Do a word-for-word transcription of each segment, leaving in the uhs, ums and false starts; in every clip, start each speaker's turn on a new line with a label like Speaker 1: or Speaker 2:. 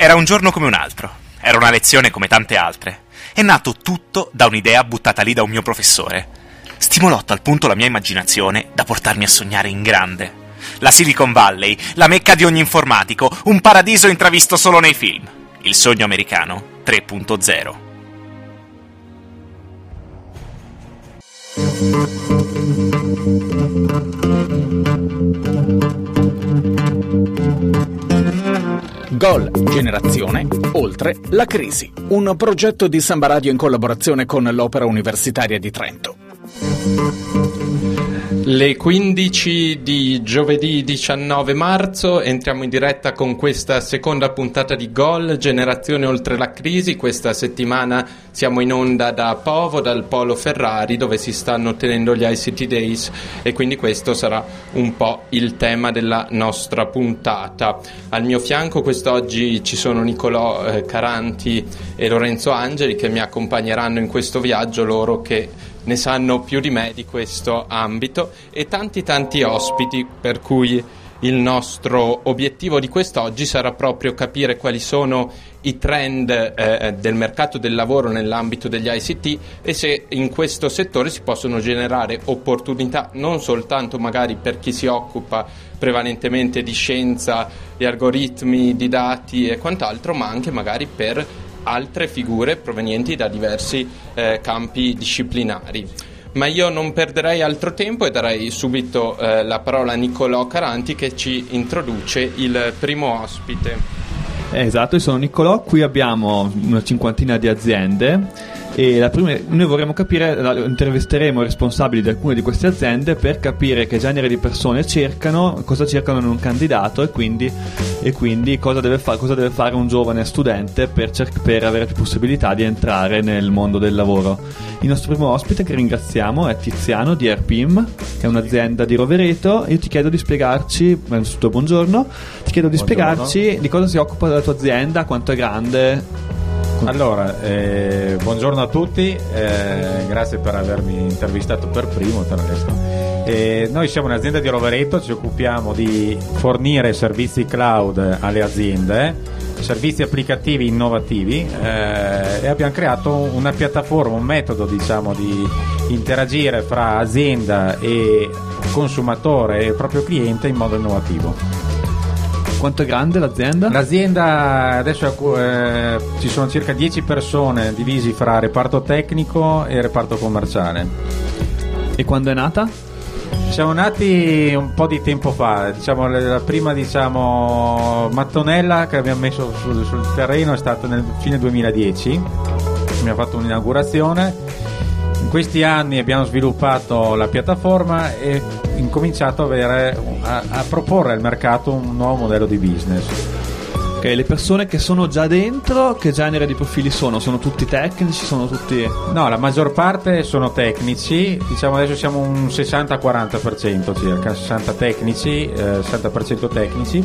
Speaker 1: Era un giorno come un altro, era una lezione come tante altre. È nato tutto da un'idea buttata lì da un mio professore. Stimolò a tal punto la mia immaginazione da portarmi a sognare in grande. La Silicon Valley, la mecca di ogni informatico, un paradiso intravisto solo nei film. Il sogno americano tre punto zero.
Speaker 2: Gol, generazione, oltre la crisi. Un progetto di Samba Radio in collaborazione con l'Opera Universitaria di Trento.
Speaker 3: Le quindici di giovedì diciannove marzo entriamo in diretta con questa seconda puntata di Gol, generazione oltre la crisi. Questa settimana siamo in onda da Povo, dal Polo Ferrari, dove si stanno tenendo gli I C T Days, e quindi questo sarà un po' il tema della nostra puntata. Al mio fianco quest'oggi ci sono Nicolò eh, Caranti e Lorenzo Angeli, che mi accompagneranno in questo viaggio, loro che ne sanno più di me di questo ambito, e tanti tanti ospiti, per cui il nostro obiettivo di quest'oggi sarà proprio capire quali sono i trend eh, del mercato del lavoro nell'ambito degli I C T e se in questo settore si possono generare opportunità non soltanto magari per chi si occupa prevalentemente di scienza, di algoritmi, di dati e quant'altro, ma anche magari per altre figure provenienti da diversi eh, campi disciplinari. Ma io non perderei altro tempo e darei subito eh, la parola a Nicolò Caranti, che ci introduce il primo ospite.
Speaker 4: Eh, esatto, io sono Nicolò, qui abbiamo una cinquantina di aziende e la prima, noi vorremmo capire, intervisteremo i responsabili di alcune di queste aziende per capire che genere di persone cercano, cosa cercano in un candidato e quindi, e quindi cosa, deve fa, cosa deve fare un giovane studente per, cer- per avere più possibilità di entrare nel mondo del lavoro. Il nostro primo ospite, che ringraziamo, è Tiziano di Airpim, che è un'azienda di Rovereto. Io ti chiedo di spiegarci, innanzitutto buongiorno, ti chiedo di buongiorno. spiegarci di cosa si occupa la tua azienda, quanto è grande.
Speaker 5: Allora, eh, buongiorno a tutti, eh, grazie per avermi intervistato per primo. Per eh, noi siamo un'azienda di Rovereto, ci occupiamo di fornire servizi cloud alle aziende, servizi applicativi innovativi, eh, e abbiamo creato una piattaforma, un metodo diciamo di interagire fra azienda e consumatore e proprio cliente in modo innovativo.
Speaker 4: Quanto è grande l'azienda?
Speaker 5: L'azienda adesso eh, ci sono circa dieci persone divisi fra reparto tecnico e reparto commerciale.
Speaker 4: E quando è nata?
Speaker 5: Siamo nati un po' di tempo fa, diciamo la prima diciamo mattonella che abbiamo messo sul, sul terreno è stata nel fine duemiladieci. Abbiamo fatto un'inaugurazione. In questi anni abbiamo sviluppato la piattaforma e incominciato a, avere, a, a proporre al mercato un nuovo modello di business.
Speaker 4: Ok, le persone che sono già dentro, che genere di profili sono? Sono tutti tecnici? Sono tutti...
Speaker 5: No, la maggior parte sono tecnici, diciamo adesso siamo un sessanta quaranta per cento circa, sessanta tecnici, eh, sessanta per cento tecnici.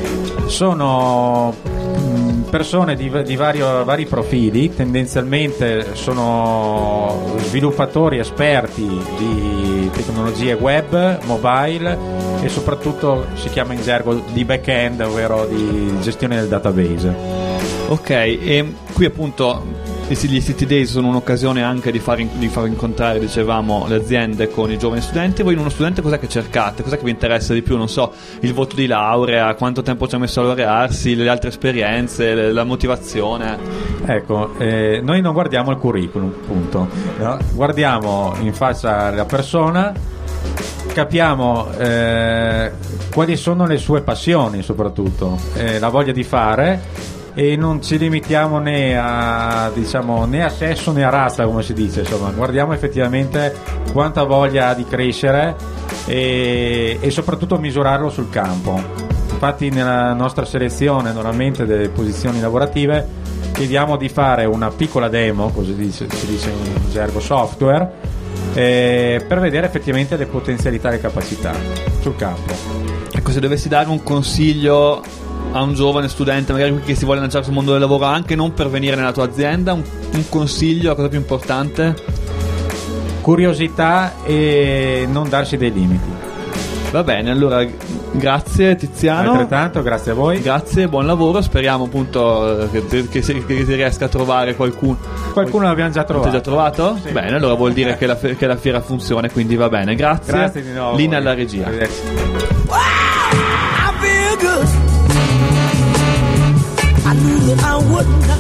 Speaker 5: Sono mh, persone di, di vario, vari profili, tendenzialmente sono sviluppatori esperti di tecnologie web, mobile e soprattutto si chiama in gergo di back-end, ovvero di gestione del database.
Speaker 4: Ok, e qui appunto gli I C T Days sono un'occasione anche di far, di far incontrare, dicevamo, le aziende con i giovani studenti. Voi in uno studente cos'è che cercate? Cos'è che vi interessa di più? Non so, il voto di laurea, quanto tempo ci ha messo a laurearsi, le altre esperienze, la motivazione.
Speaker 5: Ecco, eh, noi non guardiamo il curriculum, punto, no? Guardiamo in faccia la persona, capiamo eh, quali sono le sue passioni, soprattutto eh, la voglia di fare, e non ci limitiamo né a diciamo né a sesso né a razza, come si dice, insomma guardiamo effettivamente quanta voglia ha di crescere e, e soprattutto misurarlo sul campo. Infatti nella nostra selezione normalmente delle posizioni lavorative chiediamo di fare una piccola demo, così dice, si dice in gergo software, eh, per vedere effettivamente le potenzialità e le capacità sul campo.
Speaker 4: Ecco, se dovessi dare un consiglio a un giovane studente magari che si vuole lanciare sul mondo del lavoro, anche non per venire nella tua azienda, un, un consiglio, la cosa più importante?
Speaker 5: Curiosità e non darsi dei limiti.
Speaker 4: Va bene, allora grazie Tiziano.
Speaker 5: Altrettanto, grazie a voi.
Speaker 4: Grazie, buon lavoro. Speriamo appunto che, che, si, che si riesca a trovare qualcuno.
Speaker 5: Qualcuno l'abbiamo già trovato.
Speaker 4: Avete già trovato?
Speaker 5: Sì.
Speaker 4: Bene, allora vuol dire che la, che la fiera funziona, quindi va bene. Grazie.
Speaker 5: Grazie di nuovo.
Speaker 4: Linea alla regia.
Speaker 5: Arrivederci.
Speaker 6: Wow, I feel good. I knew that I would not.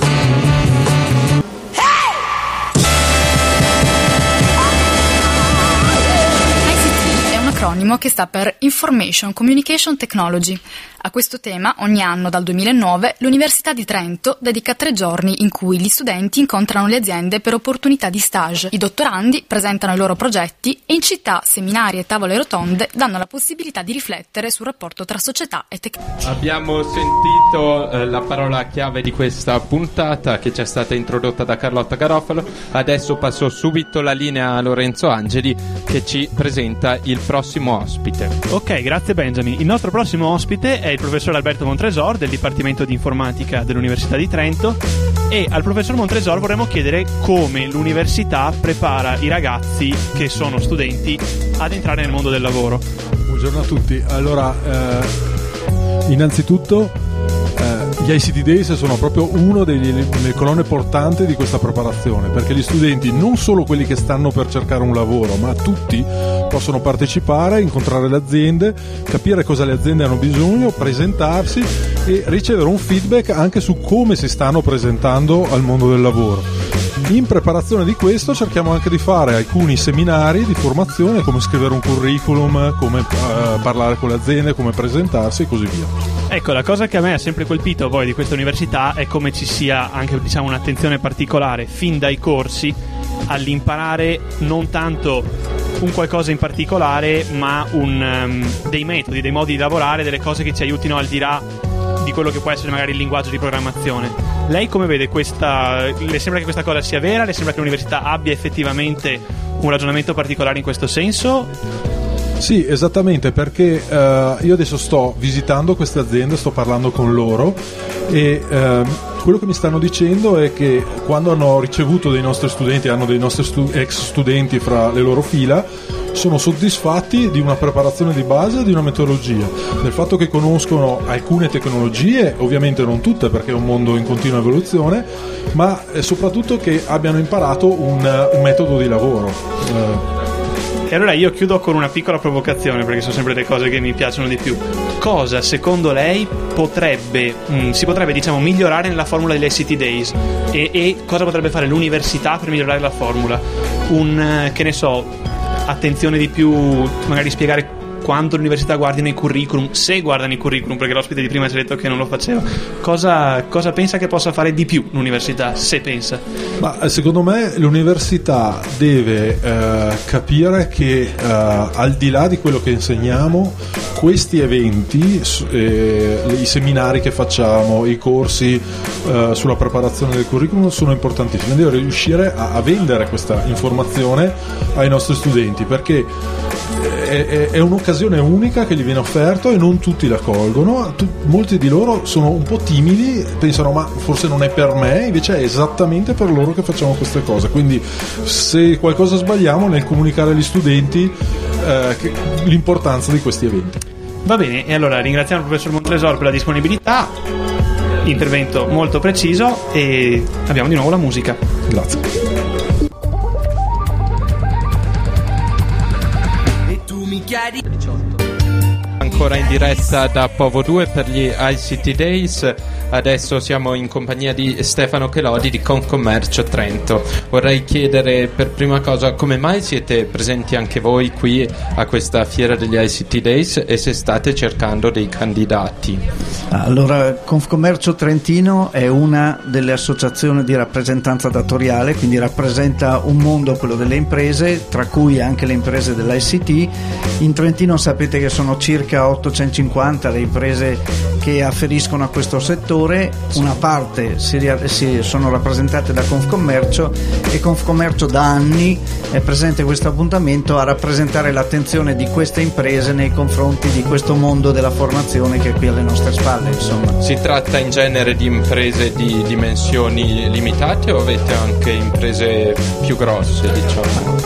Speaker 7: Acronimo che sta per Information Communication Technology. A questo tema, ogni anno dal duemilanove, l'Università di Trento dedica tre giorni in cui gli studenti incontrano le aziende per opportunità di stage. I dottorandi presentano i loro progetti e in città seminari e tavole rotonde danno la possibilità di riflettere sul rapporto tra società e tecnologia.
Speaker 3: Abbiamo sentito eh, la parola chiave di questa puntata che ci è stata introdotta da Carlotta Garofalo. Adesso passo subito la linea a Lorenzo Angeli che ci presenta il prossimo ospite.
Speaker 8: Ok, grazie Benjamin. Il nostro prossimo ospite è il professor Alberto Montresor del Dipartimento di Informatica dell'Università di Trento, e al professor Montresor vorremmo chiedere come l'università prepara i ragazzi che sono studenti ad entrare nel mondo del lavoro.
Speaker 9: Buongiorno a tutti. Allora, eh, innanzitutto eh, gli I C T Days sono proprio uno delle colonne portanti di questa preparazione, perché gli studenti, non solo quelli che stanno per cercare un lavoro, ma tutti possono partecipare, incontrare le aziende, capire cosa le aziende hanno bisogno, presentarsi e ricevere un feedback anche su come si stanno presentando al mondo del lavoro. In preparazione di questo cerchiamo anche di fare alcuni seminari di formazione, come scrivere un curriculum, come uh, parlare con le aziende, come presentarsi e così via.
Speaker 8: Ecco, la cosa che a me ha sempre colpito poi di questa università è come ci sia anche, diciamo, un'attenzione particolare fin dai corsi all'imparare non tanto un qualcosa in particolare, ma un, um, dei metodi, dei modi di lavorare, delle cose che ci aiutino al di là di quello che può essere magari il linguaggio di programmazione. Lei come vede questa? Le sembra che questa cosa sia vera? Le sembra che l'università abbia effettivamente un ragionamento particolare in questo senso?
Speaker 9: Sì, esattamente, perché uh, io adesso sto visitando queste aziende, sto parlando con loro e uh, quello che mi stanno dicendo è che quando hanno ricevuto dei nostri studenti, hanno dei nostri stu- ex studenti fra le loro fila, sono soddisfatti di una preparazione di base e di una metodologia, del fatto che conoscono alcune tecnologie, ovviamente non tutte perché è un mondo in continua evoluzione, ma soprattutto che abbiano imparato un, un metodo di lavoro. Uh,
Speaker 8: E allora io chiudo con una piccola provocazione, perché sono sempre le cose che mi piacciono di più. Cosa secondo lei potrebbe mh, si potrebbe diciamo migliorare nella formula degli I C T Days e, e cosa potrebbe fare l'università per migliorare la formula? Un, che ne so, attenzione di più, magari spiegare quanto l'università guardi nei curriculum, se guardano i curriculum, perché l'ospite di prima ci ha detto che non lo faceva. Cosa, cosa pensa che possa fare di più l'università, se pensa?
Speaker 9: Ma secondo me l'università deve eh, capire che eh, al di là di quello che insegniamo, questi eventi, eh, i seminari che facciamo, i corsi eh, sulla preparazione del curriculum sono importantissimi. Deve riuscire a, a vendere questa informazione ai nostri studenti, perché è, è, è un'occasione unica che gli viene offerta e non tutti la colgono. Tu, molti di loro sono un po' timidi, pensano ma forse non è per me, invece è esattamente per loro che facciamo queste cose. Quindi se qualcosa sbagliamo nel comunicare agli studenti eh, che, l'importanza di questi eventi.
Speaker 8: Va bene, e allora ringraziamo il professor Montresor per la disponibilità, intervento molto preciso, e abbiamo di nuovo la musica.
Speaker 9: Grazie.
Speaker 3: Ancora in diretta da Povo due per gli I C T Days. Adesso siamo in compagnia di Stefano Chelodi di Confcommercio Trento. Vorrei chiedere per prima cosa come mai siete presenti anche voi qui a questa fiera degli I C T Days e se state cercando dei candidati.
Speaker 10: Allora, Confcommercio Trentino è una delle associazioni di rappresentanza datoriale, quindi rappresenta un mondo, quello delle imprese, tra cui anche le imprese dell'I C T. In Trentino sapete che sono circa ottocentocinquanta le imprese che afferiscono a questo settore. Una parte si, si sono rappresentate da Confcommercio, e Confcommercio da anni è presente questo appuntamento a rappresentare l'attenzione di queste imprese nei confronti di questo mondo della formazione che è qui alle nostre spalle, insomma.
Speaker 3: Si tratta in genere di imprese di dimensioni limitate o avete anche imprese più grosse, diciamo?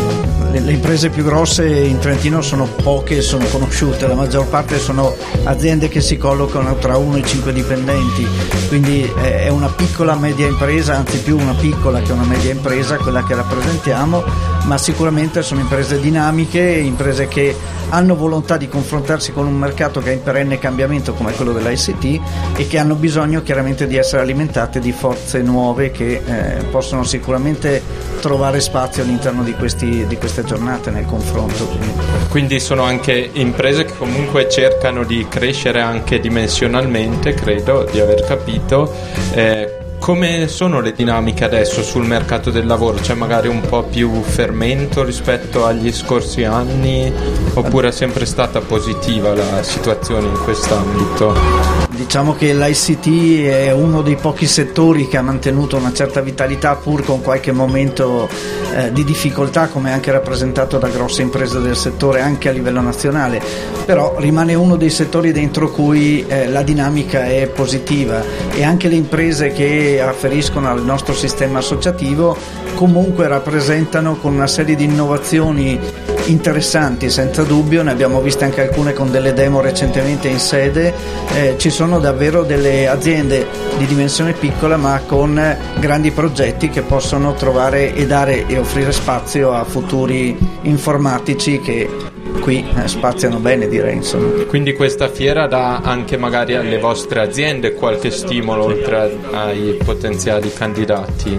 Speaker 10: le, le imprese più grosse in Trentino sono poche, sono conosciute, la maggior parte sono aziende che si collocano tra uno e cinque dipendenti, quindi è una piccola media impresa, anzi più una piccola che una media impresa quella che rappresentiamo, ma sicuramente sono imprese dinamiche, imprese che hanno volontà di confrontarsi con un mercato che è in perenne cambiamento come quello dell'I C T e che hanno bisogno chiaramente di essere alimentate di forze nuove che eh, possono sicuramente trovare spazio all'interno di, questi, di queste giornate nel confronto. Quindi.
Speaker 3: Quindi sono anche imprese che comunque cercano di crescere anche dimensionalmente, credo di aver capito. Eh, Come sono le dinamiche adesso sul mercato del lavoro? C'è magari un po' più fermento rispetto agli scorsi anni oppure è sempre stata positiva la situazione in quest'ambito?
Speaker 10: Diciamo che l'I C T è uno dei pochi settori che ha mantenuto una certa vitalità pur con qualche momento eh, di difficoltà, come anche rappresentato da grosse imprese del settore anche a livello nazionale, però rimane uno dei settori dentro cui eh, la dinamica è positiva e anche le imprese che afferiscono al nostro sistema associativo comunque rappresentano con una serie di innovazioni interessanti, senza dubbio, ne abbiamo viste anche alcune con delle demo recentemente in sede, eh, ci sono davvero delle aziende di dimensione piccola ma con grandi progetti che possono trovare e dare e offrire spazio a futuri informatici che qui eh, spaziano bene, direi, insomma.
Speaker 3: Quindi questa fiera dà anche magari alle vostre aziende qualche stimolo oltre a, ai potenziali candidati?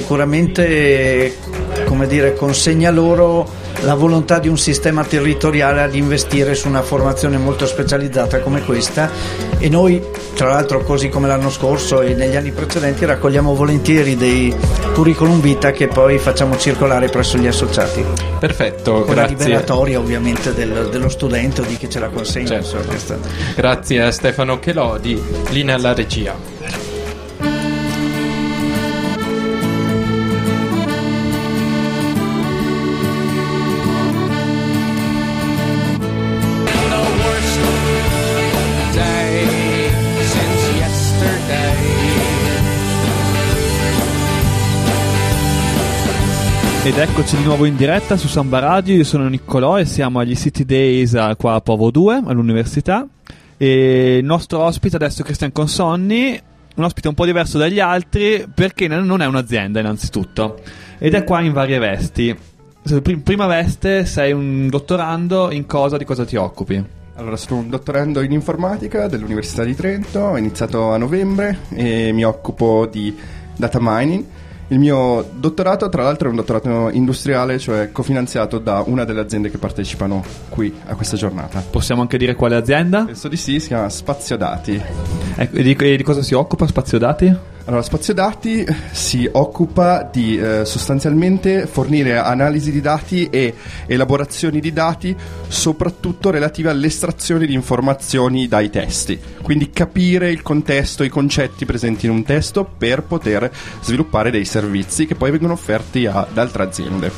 Speaker 10: Sicuramente, come dire, consegna loro la volontà di un sistema territoriale ad investire su una formazione molto specializzata come questa e noi, tra l'altro, così come l'anno scorso e negli anni precedenti, raccogliamo volentieri dei curriculum vitae che poi facciamo circolare presso gli associati.
Speaker 3: Perfetto,
Speaker 10: con
Speaker 3: grazie.
Speaker 10: la liberatoria ovviamente del, dello studente o di chi ce la consegna.
Speaker 3: Certo.
Speaker 10: Insomma, questa...
Speaker 3: Grazie a Stefano Chelodi, linea alla regia.
Speaker 4: Ed eccoci di nuovo in diretta su Samba Radio, io sono Niccolò e siamo agli City Days qua a Povo due, all'università, e il nostro ospite adesso è Cristian Consonni, un ospite un po' diverso dagli altri perché non è un'azienda innanzitutto, ed è qua in varie vesti. Prima veste, sei un dottorando, in cosa, di cosa ti occupi?
Speaker 11: Allora, sono un dottorando in informatica dell'Università di Trento, ho iniziato a novembre e mi occupo di data mining. Il mio dottorato, tra l'altro, è un dottorato industriale, cioè cofinanziato da una delle aziende che partecipano qui a questa giornata.
Speaker 4: Possiamo anche dire quale azienda?
Speaker 11: Penso di sì, si chiama Spaziodati.
Speaker 4: Ecco, e, di, e di cosa si occupa Spaziodati?
Speaker 11: Allora, Spaziodati si occupa di eh, sostanzialmente fornire analisi di dati e elaborazioni di dati, soprattutto relative all'estrazione di informazioni dai testi. Quindi capire il contesto, i concetti presenti in un testo per poter sviluppare dei servizi che poi vengono offerti ad altre aziende.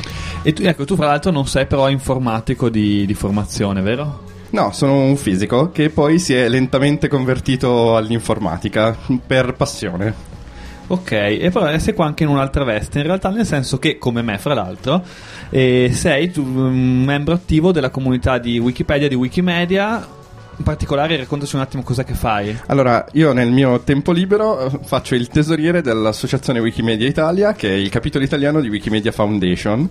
Speaker 4: E tu, ecco, tu fra l'altro non sei però informatico di, di formazione, vero?
Speaker 11: No, sono un fisico che poi si è lentamente convertito all'informatica per passione.
Speaker 4: Ok, e però sei qua anche in un'altra veste, in realtà, nel senso che, come me fra l'altro, eh, sei tu un membro attivo della comunità di Wikipedia, di Wikimedia. In particolare, raccontaci un attimo cosa che fai.
Speaker 11: Allora, io nel mio tempo libero faccio il tesoriere dell'associazione Wikimedia Italia, che è il capitolo italiano di Wikimedia Foundation,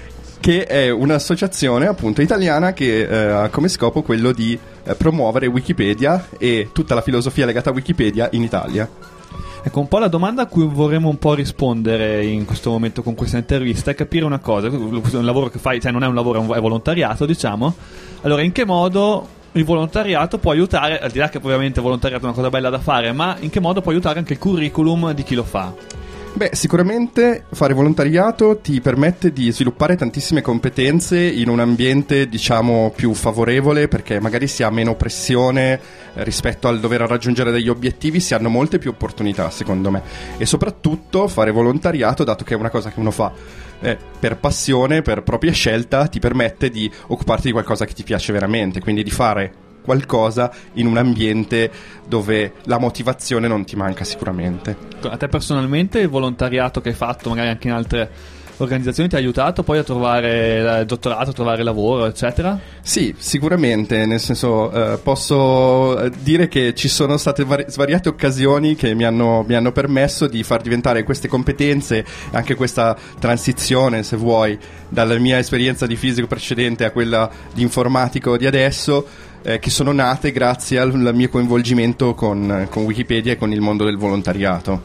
Speaker 11: che è un'associazione appunto italiana che eh, ha come scopo quello di eh, promuovere Wikipedia e tutta la filosofia legata a Wikipedia in Italia.
Speaker 4: Ecco, un po' la domanda a cui vorremmo un po' rispondere in questo momento con questa intervista è capire una cosa, un lavoro che fai, cioè non è un lavoro, è volontariato, diciamo. Allora, in che modo il volontariato può aiutare, al di là che ovviamente il volontariato è una cosa bella da fare, ma in che modo può aiutare anche il curriculum di chi lo fa?
Speaker 11: Beh, sicuramente fare volontariato ti permette di sviluppare tantissime competenze in un ambiente, diciamo, più favorevole, perché magari si ha meno pressione eh, rispetto al dover raggiungere degli obiettivi, si hanno molte più opportunità, secondo me. E soprattutto fare volontariato, dato che è una cosa che uno fa eh, per passione, per propria scelta, ti permette di occuparti di qualcosa che ti piace veramente, quindi di fare qualcosa in un ambiente dove la motivazione non ti manca sicuramente.
Speaker 4: A te personalmente il volontariato che hai fatto magari anche in altre organizzazioni ti ha aiutato poi a trovare il dottorato, a trovare lavoro, eccetera?
Speaker 11: Sì, sicuramente, nel senso eh, posso dire che ci sono state vari- svariate occasioni che mi hanno, mi hanno permesso di far diventare queste competenze, anche questa transizione, se vuoi, dalla mia esperienza di fisico precedente a quella di informatico di adesso, eh, che sono nate grazie al, al mio coinvolgimento con, con Wikipedia e con il mondo del volontariato.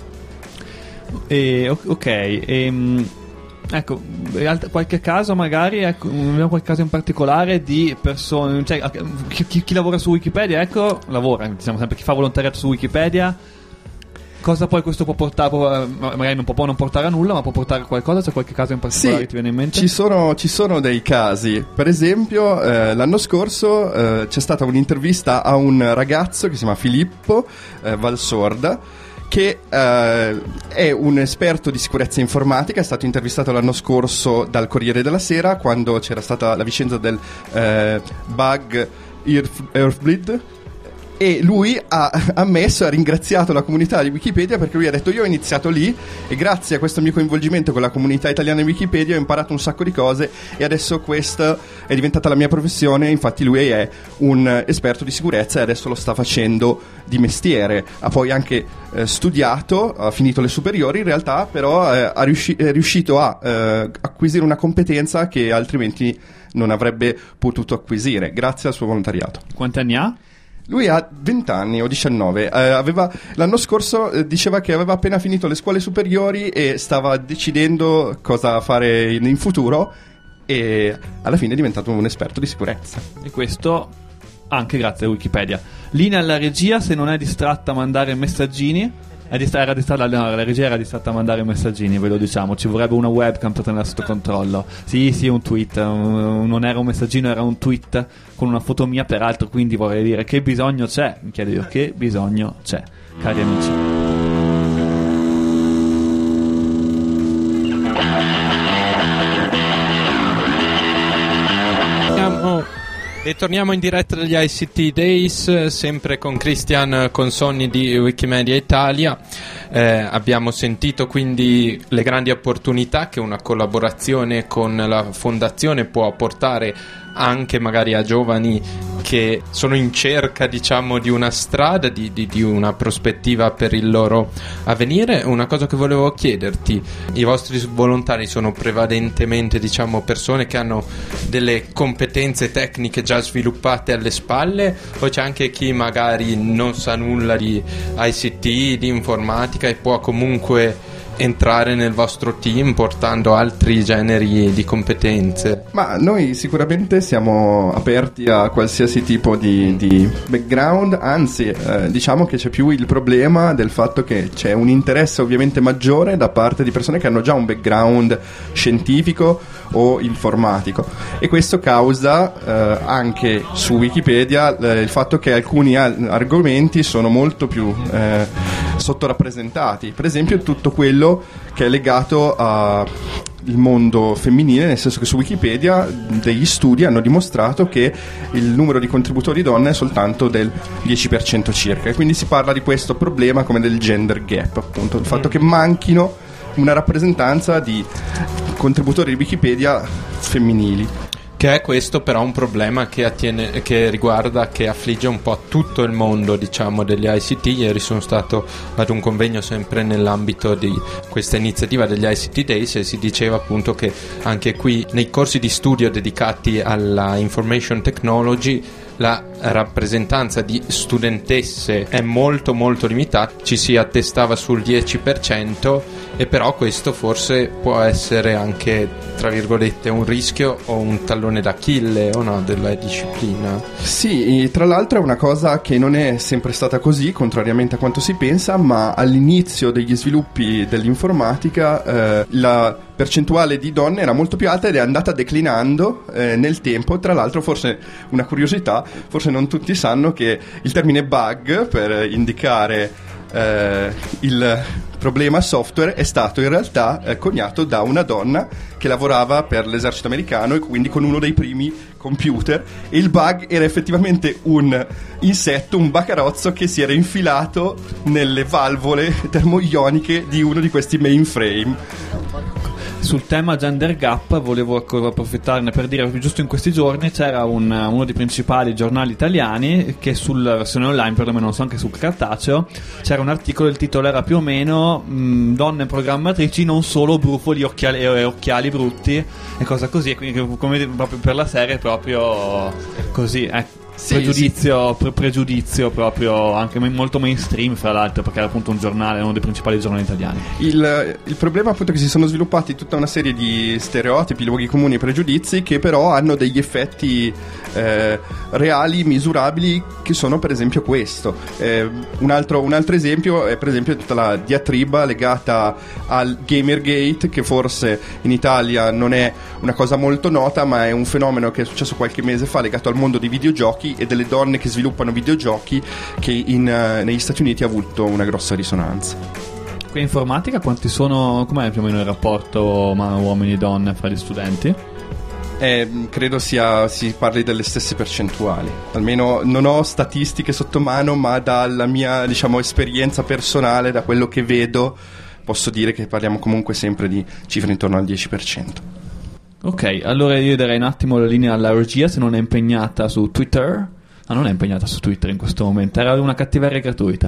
Speaker 4: E, ok, e, ecco, qualche caso magari, ecco, qualche caso in particolare di persone, cioè, chi, chi lavora su Wikipedia, ecco, lavora, diciamo sempre, chi fa volontariato su Wikipedia, cosa poi questo può portare, può, magari non può non portare a nulla, ma può portare a qualcosa? C'è qualche caso in particolare
Speaker 11: sì,
Speaker 4: che ti viene in mente?
Speaker 11: Ci sono, ci sono dei casi. Per esempio, eh, l'anno scorso eh, c'è stata un'intervista a un ragazzo che si chiama Filippo eh, Valsorda, che eh, è un esperto di sicurezza informatica. È stato intervistato l'anno scorso dal Corriere della Sera, quando c'era stata la vicenda del eh, bug Earth, Earthbleed, e lui ha ammesso e ha ringraziato la comunità di Wikipedia, perché lui ha detto: io ho iniziato lì e grazie a questo mio coinvolgimento con la comunità italiana di Wikipedia ho imparato un sacco di cose e adesso questa è diventata la mia professione. Infatti lui è un esperto di sicurezza e adesso lo sta facendo di mestiere. Ha poi anche eh, studiato, ha finito le superiori in realtà, però eh, ha riusci- è riuscito a eh, acquisire una competenza che altrimenti non avrebbe potuto acquisire grazie al suo volontariato.
Speaker 4: Quanti anni ha?
Speaker 11: Lui ha venti anni o diciannove, eh, aveva, l'anno scorso eh, diceva che aveva appena finito le scuole superiori e stava decidendo cosa fare in, in futuro, e alla fine è diventato un esperto di sicurezza.
Speaker 4: E questo anche grazie a Wikipedia. Lina alla regia, se non è distratta a mandare messaggini, è distra- era distratta, no, la regia era distratta a mandare messaggini, ve lo diciamo, ci vorrebbe una webcam per tenerla sotto controllo. Sì, sì, un tweet, un, non era un messaggino, era un tweet con una foto mia, peraltro, quindi vorrei dire che bisogno c'è, mi chiedo io, che bisogno c'è, cari amici.
Speaker 3: E torniamo in diretta dagli I C T Days, sempre con Christian Consonni di Wikimedia Italia. Eh, abbiamo sentito quindi le grandi opportunità che una collaborazione con la fondazione può portare anche magari a giovani che sono in cerca, diciamo, di una strada, di, di, di una prospettiva per il loro avvenire. Una cosa che volevo chiederti: i vostri volontari sono prevalentemente, diciamo, persone che hanno delle competenze tecniche già sviluppate alle spalle, o c'è anche chi magari non sa nulla di I C T, di informatica, e può comunque entrare nel vostro team portando altri generi di competenze?
Speaker 11: Ma noi sicuramente siamo aperti a qualsiasi tipo di, di background, anzi eh, diciamo che c'è più il problema del fatto che c'è un interesse ovviamente maggiore da parte di persone che hanno già un background scientifico o informatico, e questo causa eh, anche su Wikipedia eh, il fatto che alcuni al- argomenti sono molto più eh, sottorappresentati. Per esempio tutto quello che è legato al mondo femminile, nel senso che su Wikipedia degli studi hanno dimostrato che il numero di contributori donne è soltanto del dieci per cento circa, e quindi si parla di questo problema come del gender gap, appunto il fatto che manchino una rappresentanza di contributori di Wikipedia femminili.
Speaker 3: Che è questo però un problema che, attiene, che riguarda, che affligge un po' tutto il mondo, diciamo, degli I C T. Ieri sono stato ad un convegno sempre nell'ambito di questa iniziativa degli I C T Days, e si diceva appunto che anche qui nei corsi di studio dedicati alla information technology la rappresentanza di studentesse è molto molto limitata, ci si attestava sul dieci per cento, e però questo forse può essere anche, tra virgolette, un rischio o un tallone d'Achille, o no, della disciplina.
Speaker 11: Sì, tra l'altro è una cosa che non è sempre stata così, contrariamente a quanto si pensa, ma all'inizio degli sviluppi dell'informatica eh, la percentuale di donne era molto più alta ed è andata declinando eh, nel tempo. Tra l'altro, forse una curiosità, forse non tutti sanno che il termine bug per indicare eh, il problema software è stato in realtà eh, coniato da una donna che lavorava per l'esercito americano, e quindi con uno dei primi computer, e il bug era effettivamente un insetto, un bacarozzo che si era infilato nelle valvole termoioniche di uno di questi mainframe.
Speaker 4: sul tema gender gap volevo approfittarne per dire che giusto in questi giorni c'era un, uno dei principali giornali italiani che sulla versione online, perlomeno non so anche sul cartaceo, c'era un articolo, il titolo era più o meno mh, donne programmatrici, non solo brufoli occhiali, e occhiali brutti e cosa così, e quindi come proprio per la serie proprio così, ecco. Sì, pregiudizio, sì. Pre- pregiudizio proprio anche molto mainstream, fra l'altro, perché era appunto un giornale, uno dei principali giornali italiani.
Speaker 11: Il, il problema appunto è che si sono sviluppati tutta una serie di stereotipi, luoghi comuni e pregiudizi che però hanno degli effetti eh, reali, misurabili, che sono per esempio questo. Eh, un, altro, un altro esempio è per esempio tutta la diatriba legata al Gamergate, che forse in Italia non è una cosa molto nota, ma è un fenomeno che è successo qualche mese fa legato al mondo dei videogiochi e delle donne che sviluppano videogiochi, che in, uh, negli Stati Uniti ha avuto una grossa risonanza.
Speaker 4: Qui in informatica quanti sono, com'è più o meno il rapporto ma uomini e donne fra gli studenti?
Speaker 11: Eh, credo sia si parli delle stesse percentuali, almeno non ho statistiche sotto mano, ma dalla mia, diciamo, esperienza personale, da quello che vedo, posso dire che parliamo comunque sempre di cifre intorno al dieci per cento.
Speaker 4: Ok, allora io darei un attimo la linea alla regia, se non è impegnata su Twitter. Ah, non è impegnata su Twitter in questo momento, era una cattiveria gratuita.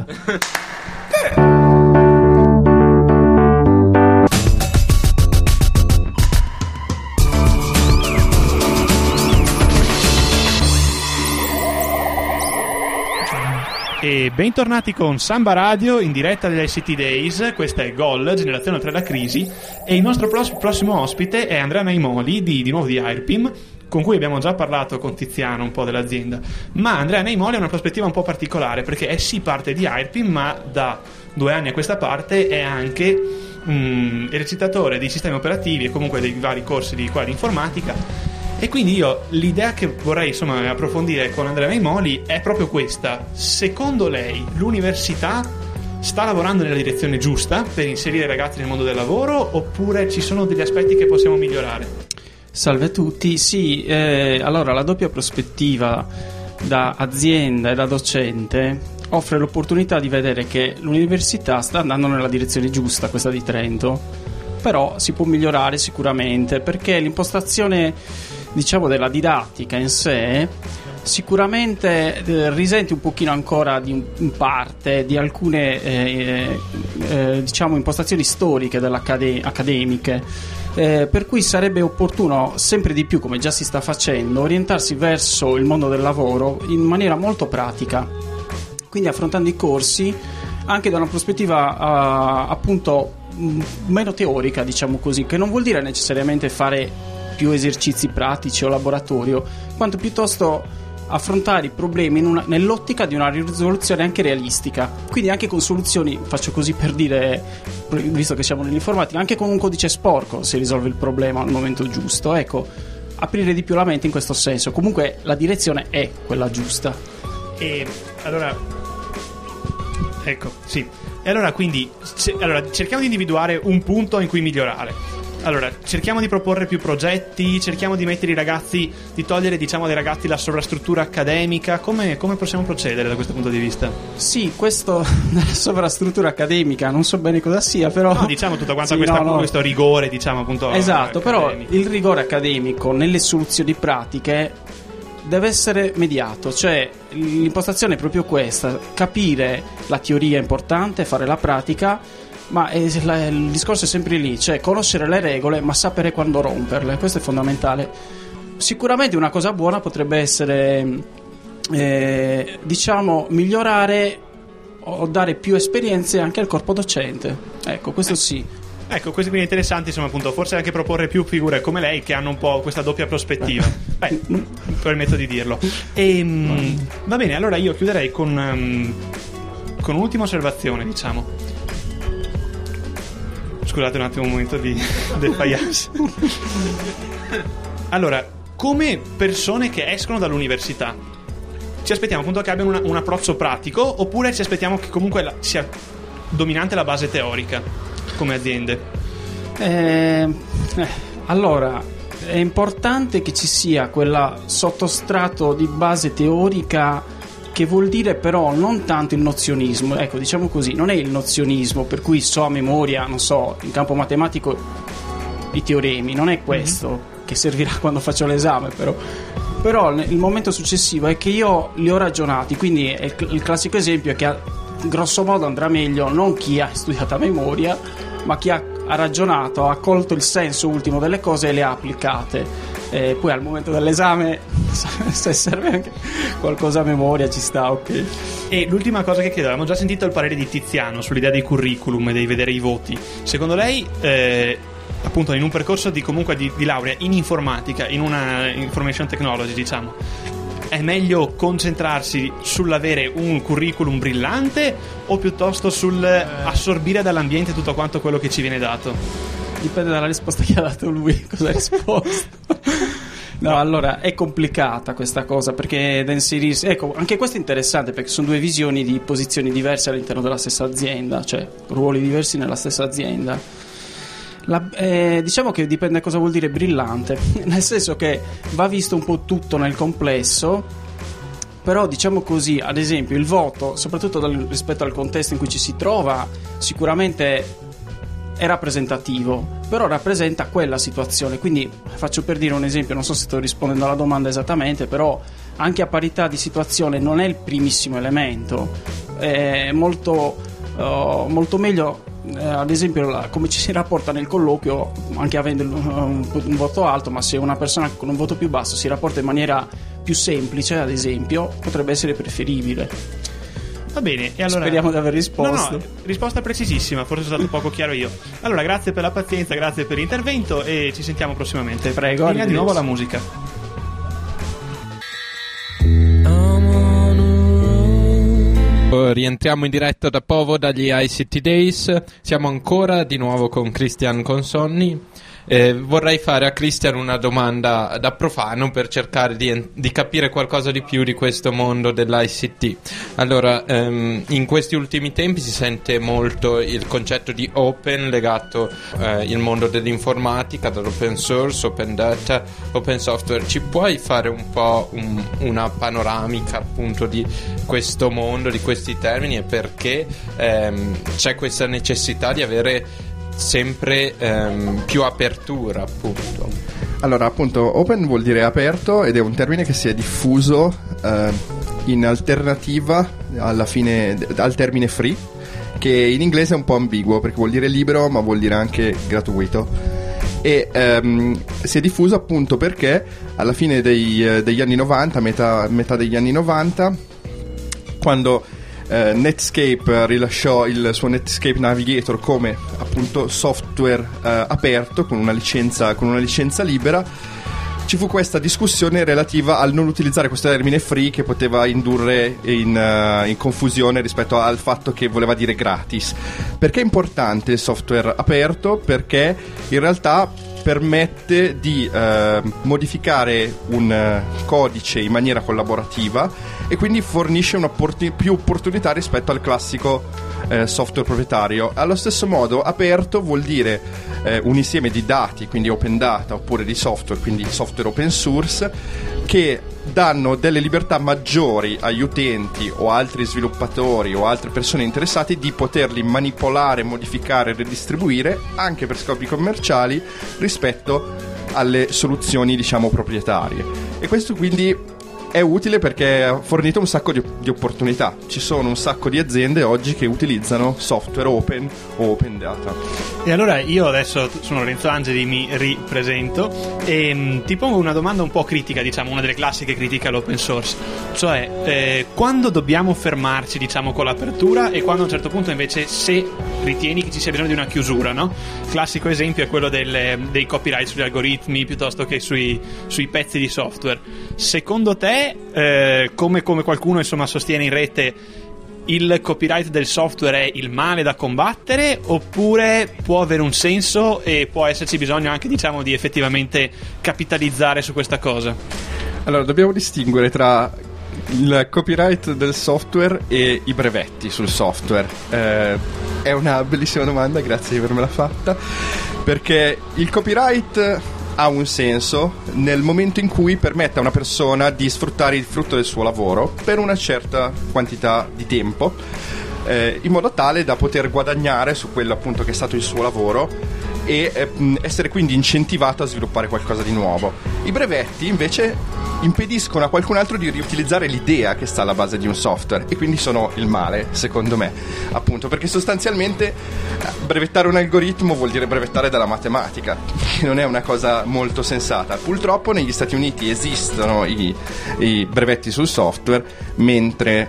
Speaker 8: E bentornati con Samba Radio in diretta dagli I C T Days. Questa è Gol, Generazione oltre la crisi, e il nostro prossimo ospite è Andrea Naimoli di, di nuovo di Airpim, con cui abbiamo già parlato con Tiziano un po' dell'azienda. Ma Andrea Naimoli ha una prospettiva un po' particolare, perché è sì parte di Airpim, ma da due anni a questa parte è anche um, esercitatore dei sistemi operativi e comunque dei vari corsi di qua di informatica. E quindi io l'idea che vorrei insomma approfondire con Andrea Naimoli è proprio questa: secondo lei l'università sta lavorando nella direzione giusta per inserire i ragazzi nel mondo del lavoro, oppure ci sono degli aspetti che possiamo migliorare?
Speaker 12: Salve a tutti, sì, eh, allora la doppia prospettiva da azienda e da docente offre l'opportunità di vedere che l'università sta andando nella direzione giusta, questa di Trento, però si può migliorare sicuramente, perché l'impostazione, diciamo, della didattica in sé sicuramente eh, risente un pochino ancora di, in parte di alcune eh, eh, diciamo impostazioni storiche dell'accademiche, eh, per cui sarebbe opportuno sempre di più, come già si sta facendo, orientarsi verso il mondo del lavoro in maniera molto pratica, quindi affrontando i corsi anche da una prospettiva uh, appunto mh, meno teorica, diciamo così, che non vuol dire necessariamente fare più esercizi pratici o laboratorio, quanto piuttosto affrontare i problemi in una, nell'ottica di una risoluzione anche realistica, quindi anche con soluzioni, faccio così per dire, visto che siamo nell'informatica, anche con un codice sporco si risolve il problema al momento giusto. Ecco, aprire di più la mente in questo senso. Comunque la direzione è quella giusta.
Speaker 8: E allora ecco, sì. E allora quindi c- allora, cerchiamo di individuare un punto in cui migliorare. Allora, cerchiamo di proporre più progetti, cerchiamo di mettere i ragazzi, di togliere, diciamo, dai ragazzi la sovrastruttura accademica. Come, come possiamo procedere da questo punto di vista?
Speaker 12: Sì, questo della sovrastruttura accademica non so bene cosa sia, però
Speaker 8: no, diciamo tutta quanta
Speaker 12: sì,
Speaker 8: questa,
Speaker 12: no, no.
Speaker 8: questo rigore, diciamo, appunto.
Speaker 12: Esatto,
Speaker 8: accademico.
Speaker 12: Però il rigore accademico nelle soluzioni pratiche deve essere mediato, cioè l'impostazione è proprio questa: capire la teoria è importante, fare la pratica, ma è, la, il discorso è sempre lì, cioè conoscere le regole ma sapere quando romperle. Questo è fondamentale. Sicuramente una cosa buona potrebbe essere eh, diciamo migliorare o dare più esperienze anche al corpo docente, ecco, questo sì.
Speaker 8: Ecco, questi quindi interessanti, insomma, appunto, forse anche proporre più figure come lei che hanno un po' questa doppia prospettiva. Beh, permetto di dirlo. E, um, va bene, allora io chiuderei con, um, con un'ultima osservazione, diciamo. Scusate un attimo, un momento di defiance. Allora, come persone che escono dall'università, ci aspettiamo appunto che abbiano una, un approccio pratico, oppure ci aspettiamo che comunque la, sia dominante la base teorica come aziende?
Speaker 12: Eh, eh, allora, è importante che ci sia quella sottostrato di base teorica, che vuol dire però non tanto il nozionismo, ecco, diciamo così, non è il nozionismo per cui so a memoria, non so, in campo matematico i teoremi, non è questo mm-hmm. che servirà quando faccio l'esame, però. Però il momento successivo è che io li ho ragionati, quindi il, il classico esempio è che a, grosso modo andrà meglio non chi ha studiato a memoria, ma chi ha, ha ragionato, ha colto il senso ultimo delle cose e le ha applicate. E poi al momento dell'esame, se serve anche qualcosa a memoria, ci sta, ok.
Speaker 8: E l'ultima cosa che chiedo, abbiamo già sentito il parere di Tiziano sull'idea dei curriculum e dei vedere i voti. Secondo lei, eh, appunto in un percorso di comunque di, di laurea in informatica, in una information technology, diciamo, è meglio concentrarsi sull'avere un curriculum brillante o piuttosto sul assorbire dall'ambiente tutto quanto quello che ci viene dato?
Speaker 12: Dipende dalla risposta che ha dato lui, cosa ha risposto. No, no, allora è complicata questa cosa, perché da inserirsi, ecco, anche questo è interessante perché sono due visioni di posizioni diverse all'interno della stessa azienda, cioè ruoli diversi nella stessa azienda. La, eh, diciamo che dipende cosa vuol dire brillante, nel senso che va visto un po' tutto nel complesso, però diciamo così, ad esempio il voto, soprattutto dal, rispetto al contesto in cui ci si trova, sicuramente è rappresentativo, però rappresenta quella situazione. Quindi faccio per dire un esempio, non so se sto rispondendo alla domanda esattamente, però anche a parità di situazione non è il primissimo elemento, è molto, uh, molto meglio eh, ad esempio la, come ci si rapporta nel colloquio, anche avendo un, un voto alto, ma se una persona con un voto più basso si rapporta in maniera più semplice, ad esempio, potrebbe essere preferibile.
Speaker 8: Va bene, e allora
Speaker 12: speriamo di aver risposto.
Speaker 8: No, no, risposta precisissima, forse sono stato poco chiaro io. Allora, grazie per la pazienza, grazie per l'intervento e ci sentiamo prossimamente.
Speaker 12: Prego.
Speaker 8: Linea di nuovo la musica.
Speaker 3: Rientriamo in diretta da Povo dagli I C T Days. Siamo ancora di nuovo con Christian Consonni. Eh, vorrei fare a Christian una domanda da profano per cercare di, di capire qualcosa di più di questo mondo dell'I C T. Allora, ehm, in questi ultimi tempi si sente molto il concetto di open legato al eh, mondo dell'informatica, dall'open source, open data, open software. Ci puoi fare un po' un, una panoramica appunto di questo mondo, di questi termini e perché ehm, c'è questa necessità di avere sempre ehm, più apertura, appunto?
Speaker 11: Allora, appunto, open vuol dire aperto ed è un termine che si è diffuso eh, in alternativa alla fine al termine free, che in inglese è un po' ambiguo perché vuol dire libero ma vuol dire anche gratuito, e ehm, si è diffuso appunto perché alla fine dei, degli anni novanta, metà, metà degli anni novanta, quando Uh, Netscape rilasciò il suo Netscape Navigator come appunto software uh, aperto con una licenza con una licenza libera, ci fu questa discussione relativa al non utilizzare questo termine free che poteva indurre in, uh, in confusione rispetto al fatto che voleva dire gratis. Perché è importante il software aperto? Perché in realtà permette di uh, modificare un uh, codice in maniera collaborativa e quindi fornisce una porti- più opportunità rispetto al classico eh, software proprietario. Allo stesso modo, aperto vuol dire eh, un insieme di dati, quindi open data, oppure di software, quindi software open source, che danno delle libertà maggiori agli utenti o altri sviluppatori o altre persone interessate di poterli manipolare, modificare e redistribuire anche per scopi commerciali rispetto alle soluzioni, diciamo, proprietarie. E questo quindi è utile perché ha fornito un sacco di, di opportunità. Ci sono un sacco di aziende oggi che utilizzano software open o open data.
Speaker 8: E allora io adesso sono Lorenzo Angeli, mi ripresento e mh, ti pongo una domanda un po' critica, diciamo, una delle classiche critiche all'open source. Cioè, eh, quando dobbiamo fermarci, diciamo, con l'apertura e quando a un certo punto invece se ritieni che ci sia bisogno di una chiusura, no? Classico esempio è quello del, dei copyright sugli algoritmi piuttosto che sui, sui pezzi di software. Secondo te Eh, come, come qualcuno insomma sostiene in rete, il copyright del software è il male da combattere oppure può avere un senso e può esserci bisogno anche, diciamo, di effettivamente capitalizzare su questa cosa?
Speaker 11: Allora, dobbiamo distinguere tra il copyright del software e i brevetti sul software. Eh, è una bellissima domanda, grazie di avermela fatta, perché il copyright ha un senso nel momento in cui permette a una persona di sfruttare il frutto del suo lavoro per una certa quantità di tempo, eh, in modo tale da poter guadagnare su quello appunto che è stato il suo lavoro e eh, essere quindi incentivato a sviluppare qualcosa di nuovo. I brevetti invece impediscono a qualcun altro di riutilizzare l'idea che sta alla base di un software, e quindi sono il male, secondo me, appunto perché sostanzialmente brevettare un algoritmo vuol dire brevettare dalla matematica, che non è una cosa molto sensata. Purtroppo negli Stati Uniti esistono i, i brevetti sul software, mentre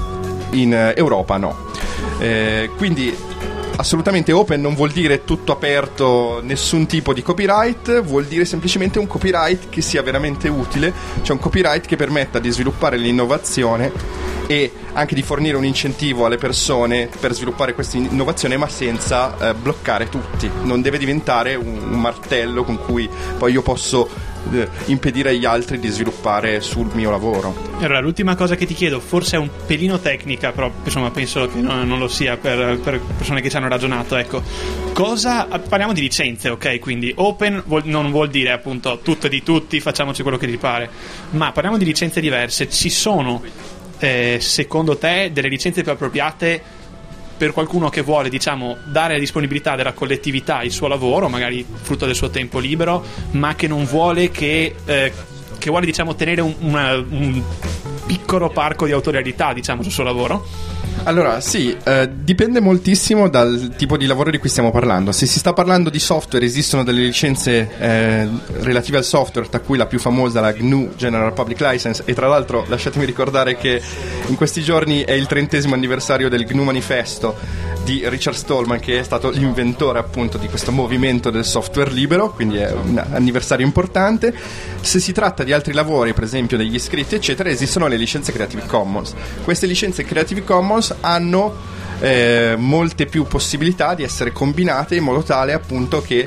Speaker 11: in Europa no. Eh, quindi assolutamente open non vuol dire tutto aperto, nessun tipo di copyright, vuol dire semplicemente un copyright che sia veramente utile, cioè un copyright che permetta di sviluppare l'innovazione e anche di fornire un incentivo alle persone per sviluppare questa innovazione, ma senza eh, bloccare tutti. Non deve diventare un, un martello con cui poi io posso eh, impedire agli altri di sviluppare sul mio lavoro.
Speaker 8: Allora, l'ultima cosa che ti chiedo, forse è un pelino tecnica, però insomma penso che non, non lo sia per, per persone che ci hanno ragionato. Ecco, cosa parliamo di licenze, ok? Quindi open vuol, non vuol dire appunto tutto e di tutti, facciamoci quello che ti pare, ma parliamo di licenze diverse. Ci sono Eh, secondo te delle licenze più appropriate per qualcuno che vuole, diciamo, dare la disponibilità della collettività il suo lavoro, magari frutto del suo tempo libero, ma che non vuole che eh, che vuole, diciamo, tenere un, una, un piccolo parco di autorialità, diciamo, sul suo lavoro?
Speaker 11: Allora, sì, eh, dipende moltissimo dal tipo di lavoro di cui stiamo parlando. Se si sta parlando di software, esistono delle licenze eh, relative al software, tra cui la più famosa, la G N U, General Public License, e tra l'altro lasciatemi ricordare che in questi giorni è il trentesimo anniversario del G N U Manifesto di Richard Stallman, che è stato l'inventore appunto di questo movimento del software libero, quindi è un anniversario importante. Se si tratta di altri lavori, per esempio degli scritti eccetera, esistono le licenze Creative Commons. Queste licenze Creative Commons hanno eh, molte più possibilità di essere combinate in modo tale appunto che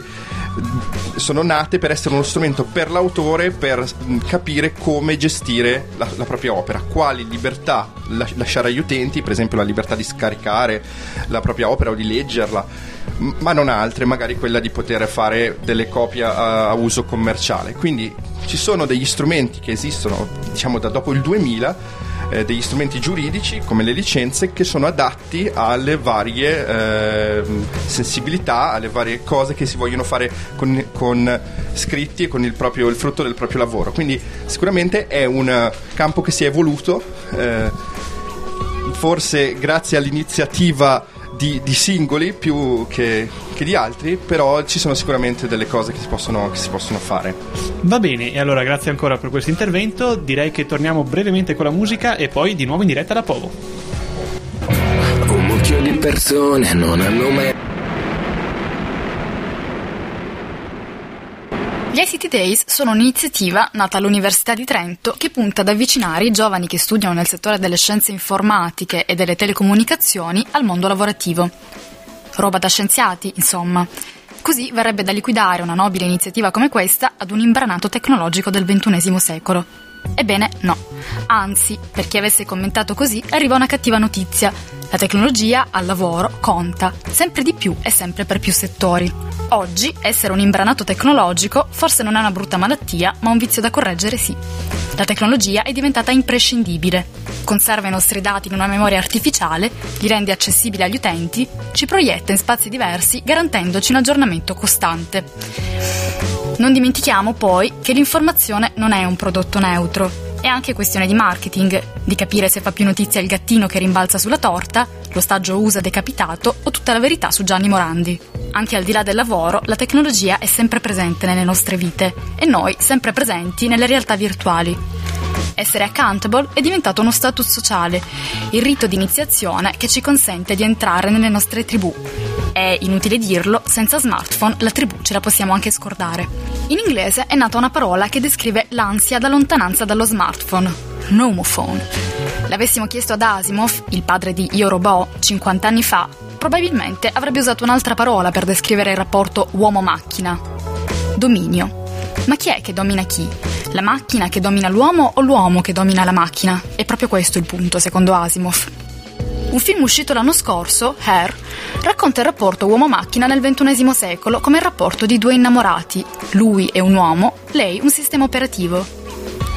Speaker 11: sono nate per essere uno strumento per l'autore per capire come gestire la, la propria opera, quali libertà lasciare agli utenti, per esempio la libertà di scaricare la propria opera o di leggerla, ma non altre, magari quella di poter fare delle copie a, a uso commerciale. Quindi ci sono degli strumenti che esistono, diciamo, da dopo il duemila, eh, degli strumenti giuridici come le licenze che sono adatti alle varie eh, sensibilità, alle varie cose che si vogliono fare con, con scritti e con il, proprio, il frutto del proprio lavoro. Quindi sicuramente è un campo che si è evoluto, eh, forse grazie all'iniziativa Di, di singoli più che, che di altri, però ci sono sicuramente delle cose che si possono, che si possono fare.
Speaker 8: Va bene, e allora grazie ancora per questo intervento. Direi che torniamo brevemente con la musica e poi di nuovo in diretta da Povo.
Speaker 13: Un mucchio di persone non hanno mai.
Speaker 7: Gli I C T Days sono un'iniziativa nata all'Università di Trento che punta ad avvicinare i giovani che studiano nel settore delle scienze informatiche e delle telecomunicazioni al mondo lavorativo. Roba da scienziati, insomma. Così verrebbe da liquidare una nobile iniziativa come questa ad un imbranato tecnologico del ventunesimo secolo. Ebbene, no. Anzi, per chi avesse commentato così, arriva una cattiva notizia. La tecnologia al lavoro conta, sempre di più e sempre per più settori. Oggi, essere un imbranato tecnologico forse non è una brutta malattia, ma un vizio da correggere sì. La tecnologia è diventata imprescindibile. Conserva i nostri dati in una memoria artificiale, li rende accessibili agli utenti, ci proietta in spazi diversi, garantendoci un aggiornamento costante. Non dimentichiamo poi che l'informazione non è un prodotto neutro. È anche questione di marketing, di capire se fa più notizia il gattino che rimbalza sulla torta, l'ostaggio U S A decapitato o tutta la verità su Gianni Morandi. Anche al di là del lavoro, la tecnologia è sempre presente nelle nostre vite e noi sempre presenti nelle realtà virtuali. Essere accountable è diventato uno status sociale, il rito di iniziazione che ci consente di entrare nelle nostre tribù. È inutile dirlo, senza smartphone la tribù ce la possiamo anche scordare. In inglese è nata una parola che descrive l'ansia da lontananza dallo smartphone, nomophone. L'avessimo chiesto ad Asimov, il padre di Io Robot, cinquanta anni fa, probabilmente avrebbe usato un'altra parola per descrivere il rapporto uomo-macchina. Dominio. Ma chi è che domina chi? La macchina che domina l'uomo o l'uomo che domina la macchina? È proprio questo il punto, secondo Asimov. Un film uscito l'anno scorso, Hair, racconta il rapporto uomo-macchina nel ventunesimo secolo come il rapporto di due innamorati. Lui è un uomo, lei un sistema operativo.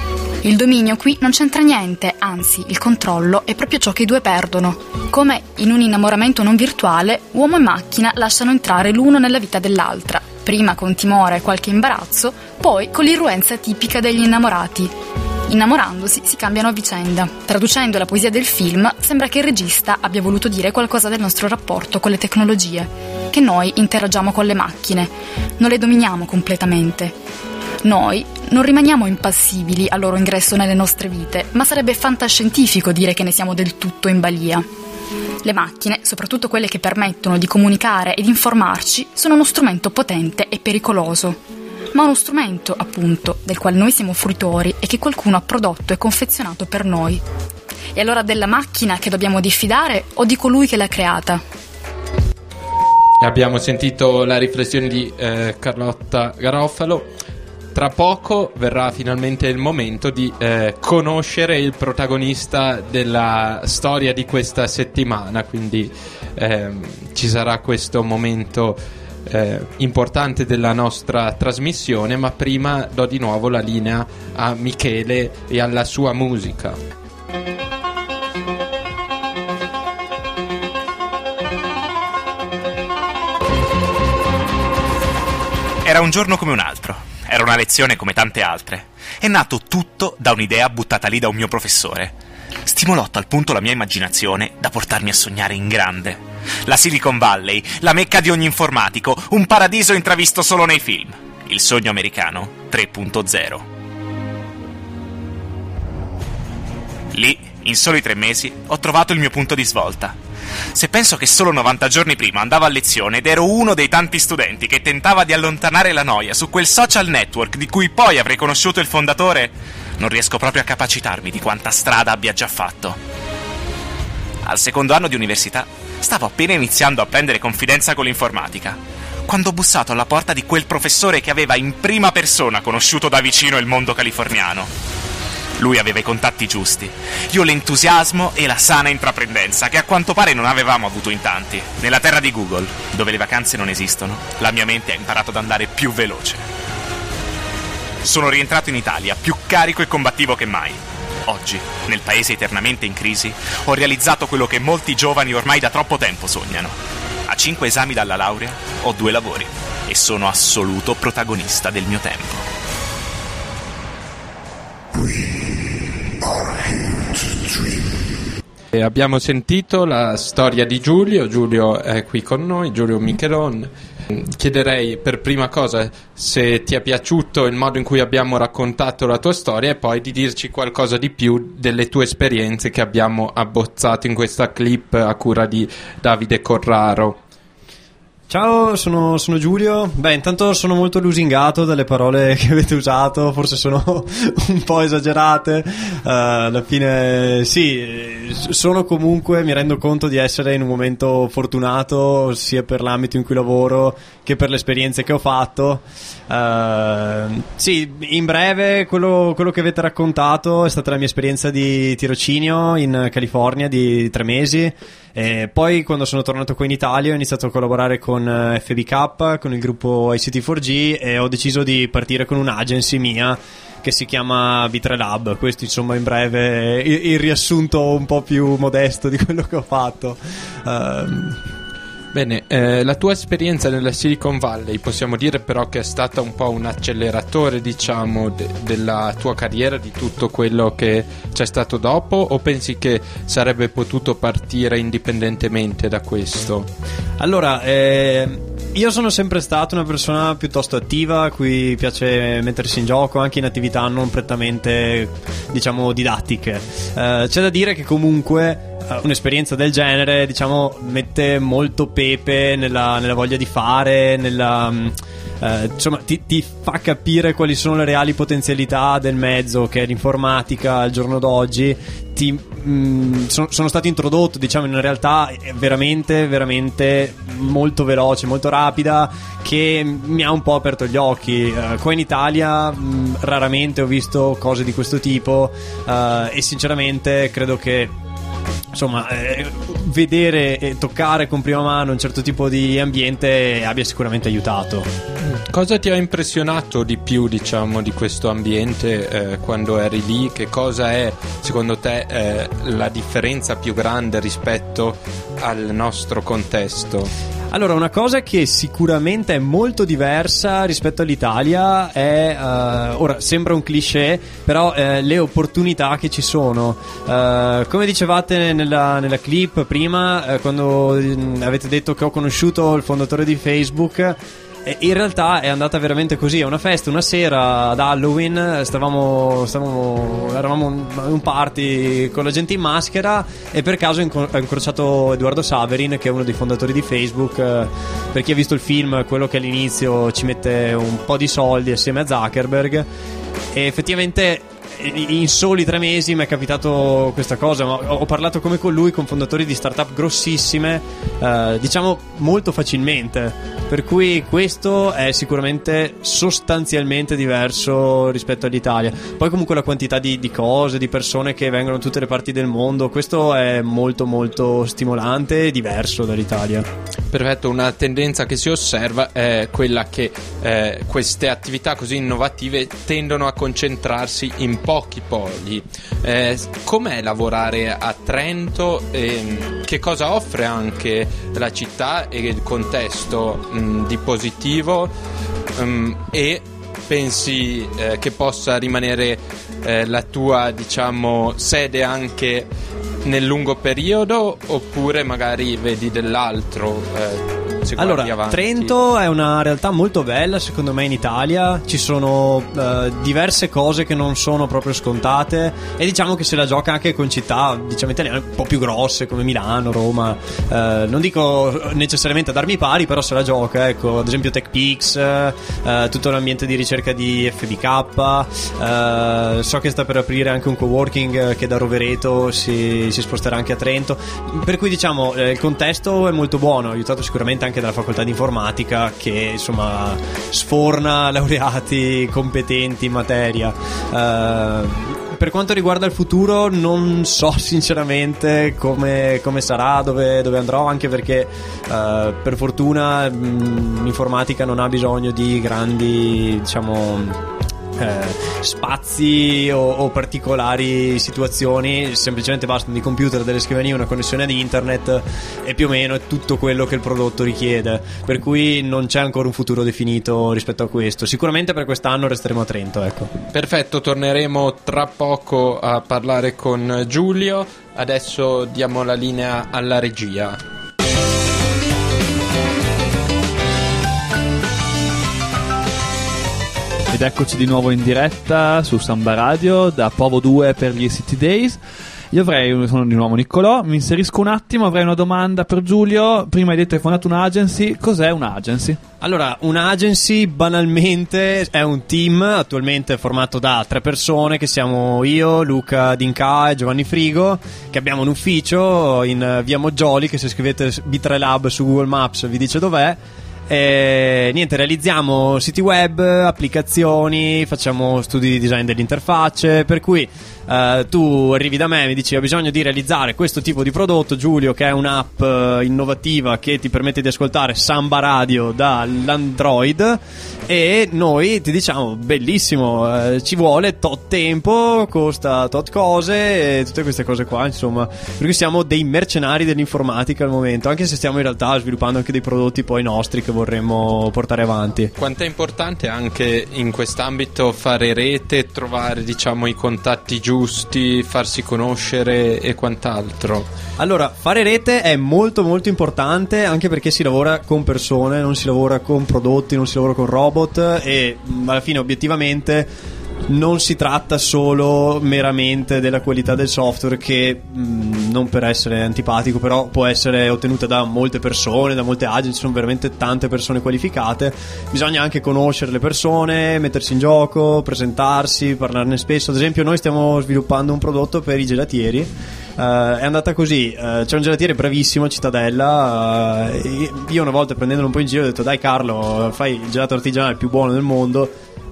Speaker 7: Il dominio qui non c'entra niente, anzi, il controllo è proprio ciò che i due perdono. Come in un innamoramento non virtuale, uomo e macchina lasciano entrare l'uno nella vita dell'altra, prima con timore e qualche imbarazzo, poi con l'irruenza tipica degli innamorati. Innamorandosi si cambiano a vicenda. Traducendo la poesia del film, sembra che il regista abbia voluto dire qualcosa del nostro rapporto con le tecnologie, che noi interagiamo con le macchine, non le dominiamo completamente. Noi non rimaniamo impassibili al loro ingresso nelle nostre vite, ma sarebbe fantascientifico dire che ne siamo del tutto in balia. Le macchine, soprattutto quelle che permettono di comunicare ed informarci, sono uno strumento potente e pericoloso, ma uno strumento, appunto, del quale noi siamo fruitori e che qualcuno ha prodotto e confezionato per noi. E allora della macchina che dobbiamo diffidare o di colui che l'ha creata?
Speaker 3: Abbiamo sentito la riflessione di eh, Carlotta Garofalo. Tra poco verrà finalmente il momento di eh, conoscere il protagonista della storia di questa settimana, quindi eh, ci sarà questo momento eh, importante della nostra trasmissione, ma prima do di nuovo la linea a Michele e alla sua musica.
Speaker 1: Era un giorno come un altro. Era una lezione come tante altre. È nato tutto da un'idea buttata lì da un mio professore. Stimolò a tal punto la mia immaginazione da portarmi a sognare in grande. La Silicon Valley, la mecca di ogni informatico, un paradiso intravisto solo nei film. Il sogno americano tre punto zero. Lì, in soli tre mesi, ho trovato il mio punto di svolta. Se penso che solo novanta giorni prima andavo a lezione ed ero uno dei tanti studenti che tentava di allontanare la noia su quel social network di cui poi avrei conosciuto il fondatore, non riesco proprio a capacitarmi di quanta strada abbia già fatto. Al secondo anno di università stavo appena iniziando a prendere confidenza con l'informatica, quando ho bussato alla porta di quel professore che aveva in prima persona conosciuto da vicino il mondo californiano. Lui aveva i contatti giusti, io l'entusiasmo e la sana intraprendenza che a quanto pare non avevamo avuto in tanti. Nella terra di Google, dove le vacanze non esistono, la mia mente ha imparato ad andare più veloce. Sono rientrato in Italia più carico e combattivo che mai. Oggi, nel paese eternamente in crisi, ho realizzato quello che molti giovani ormai da troppo tempo sognano. A cinque esami dalla laurea ho due lavori e sono assoluto protagonista del mio tempo.
Speaker 3: E abbiamo sentito la storia di Giulio. Giulio è qui con noi, Giulio Michelon. Chiederei per prima cosa se ti è piaciuto il modo in cui abbiamo raccontato la tua storia e poi di dirci qualcosa di più delle tue esperienze che abbiamo abbozzato in questa clip a cura di Davide Corraro.
Speaker 14: Ciao, sono, sono Giulio. Beh, intanto sono molto lusingato dalle parole che avete usato, forse sono un po' esagerate. Uh, alla fine, sì, sono comunque, mi rendo conto di essere in un momento fortunato sia per l'ambito in cui lavoro che per le esperienze che ho fatto. Uh, sì, in breve, quello, quello che avete raccontato è stata la mia esperienza di tirocinio in California di tre mesi. E poi quando sono tornato qui in Italia ho iniziato a collaborare con F B K, con il gruppo I C T quattro G, e ho deciso di partire con un'agency mia che si chiama B tre Lab. Questo insomma in breve il, il riassunto un po' più modesto di quello che ho fatto. uh,
Speaker 3: Bene, eh, la tua esperienza nella Silicon Valley possiamo dire però che è stata un po' un acceleratore, diciamo, de- della tua carriera, di tutto quello che c'è stato dopo, o pensi che sarebbe potuto partire indipendentemente da questo?
Speaker 14: Allora, eh, io sono sempre stato una persona piuttosto attiva, a cui piace mettersi in gioco anche in attività non prettamente, diciamo, didattiche. Eh, c'è da dire che comunque un'esperienza del genere, diciamo, mette molto pepe nella, nella voglia di fare, nella, eh, insomma ti, ti fa capire quali sono le reali potenzialità del mezzo che è l'informatica al giorno d'oggi. Ti, mh, sono, sono stato introdotto, diciamo, in una realtà veramente veramente molto veloce, molto rapida, che mi ha un po' aperto gli occhi. Uh, qua in Italia mh, raramente ho visto cose di questo tipo, uh, e sinceramente credo che insomma eh, vedere e toccare con prima mano un certo tipo di ambiente abbia sicuramente aiutato.
Speaker 3: Cosa ti ha impressionato di più, diciamo, di questo ambiente eh, quando eri lì? Che cosa è secondo te eh, la differenza più grande rispetto al nostro contesto?
Speaker 14: Allora, una cosa che sicuramente è molto diversa rispetto all'Italia è, uh, ora sembra un cliché, però uh, le opportunità che ci sono. Uh, come dicevate nella, nella clip prima, uh, quando uh, avete detto che ho conosciuto il fondatore di Facebook, in realtà è andata veramente così. È una festa, una sera ad Halloween, stavamo, stavamo eravamo in un party con la gente in maschera e per caso ho incrociato Edoardo Saverin, che è uno dei fondatori di Facebook. Per chi ha visto il film, quello che all'inizio ci mette un po' di soldi assieme a Zuckerberg, e effettivamente in soli tre mesi mi è capitato questa cosa. Ho parlato come con lui con fondatori di startup grossissime, eh, diciamo molto facilmente, per cui questo è sicuramente sostanzialmente diverso rispetto all'Italia. Poi comunque la quantità di, di cose, di persone che vengono da tutte le parti del mondo, questo è molto molto stimolante e diverso dall'Italia.
Speaker 3: Perfetto, una tendenza che si osserva è quella che eh, queste attività così innovative tendono a concentrarsi in pochi poli. Eh, com'è lavorare a Trento? E che cosa offre anche la città e il contesto mh, di positivo? Um, e pensi eh, che possa rimanere eh, la tua, diciamo, sede anche nel lungo periodo, oppure magari vedi dell'altro? Eh,
Speaker 14: Allora, Trento è una realtà molto bella secondo me in Italia. Ci sono uh, diverse cose che non sono proprio scontate, e diciamo che se la gioca anche con città, diciamo, italiane un po' più grosse come Milano, Roma. Uh, non dico necessariamente a darmi pari, però se la gioca, ecco, ad esempio TechPix, uh, tutto l'ambiente di ricerca di F B K. Uh, so che sta per aprire anche un coworking che da Rovereto si, si sposterà anche a Trento, per cui diciamo eh, il contesto è molto buono, aiutato sicuramente anche dalla facoltà di informatica, che insomma sforna laureati competenti in materia. Uh, per quanto riguarda il futuro non so sinceramente come, come sarà, dove, dove andrò, anche perché uh, per fortuna mh, l'informatica non ha bisogno di grandi, diciamo, Eh, spazi o, o particolari situazioni. Semplicemente bastano dei computer, delle scrivanie, una connessione ad internet, e più o meno è tutto quello che il prodotto richiede, per cui non c'è ancora un futuro definito rispetto a questo. Sicuramente per quest'anno resteremo a Trento, ecco.
Speaker 3: Perfetto, torneremo tra poco a parlare con Giulio. Adesso diamo la linea alla regia.
Speaker 4: Ed eccoci di nuovo in diretta su Samba Radio da Povo due per gli I C T Days. Io avrei, sono di nuovo Niccolò, mi inserisco un attimo, avrei una domanda per Giulio. Prima hai detto che hai fondato un'agency, cos'è un'agency?
Speaker 14: Allora, un'agency banalmente è un team attualmente formato da tre persone, che siamo io, Luca Dinca e Giovanni Frigo, che abbiamo un ufficio in via Moggioli, che se scrivete B tre Lab su Google Maps vi dice dov'è. E niente, realizziamo siti web, applicazioni, facciamo studi di design delle interfacce, per cui Uh, tu arrivi da me e mi dici ho bisogno di realizzare questo tipo di prodotto, Giulio, che è un'app uh, innovativa che ti permette di ascoltare Samba Radio dall'Android, e noi ti diciamo bellissimo, uh, ci vuole tot tempo, costa tot cose e tutte queste cose qua, insomma, perché siamo dei mercenari dell'informatica al momento, anche se stiamo in realtà sviluppando anche dei prodotti poi nostri che vorremmo portare avanti.
Speaker 3: Quanto è importante anche in quest'ambito fare rete, trovare, diciamo, i contatti giusti, farsi conoscere e quant'altro?
Speaker 14: Allora, fare rete è molto molto importante, anche perché si lavora con persone, non si lavora con prodotti, non si lavora con robot, e alla fine obiettivamente non si tratta solo meramente della qualità del software, che mh, non per essere antipatico, però può essere ottenuta da molte persone, da molte agency, sono veramente tante persone qualificate. Bisogna anche conoscere le persone, mettersi in gioco, presentarsi, parlarne spesso. Ad esempio noi stiamo sviluppando un prodotto per i gelatieri. Uh, è andata così, uh, c'è un gelatiere bravissimo a Cittadella, uh, io una volta prendendolo un po' in giro ho detto dai Carlo, fai il gelato artigianale più buono del mondo,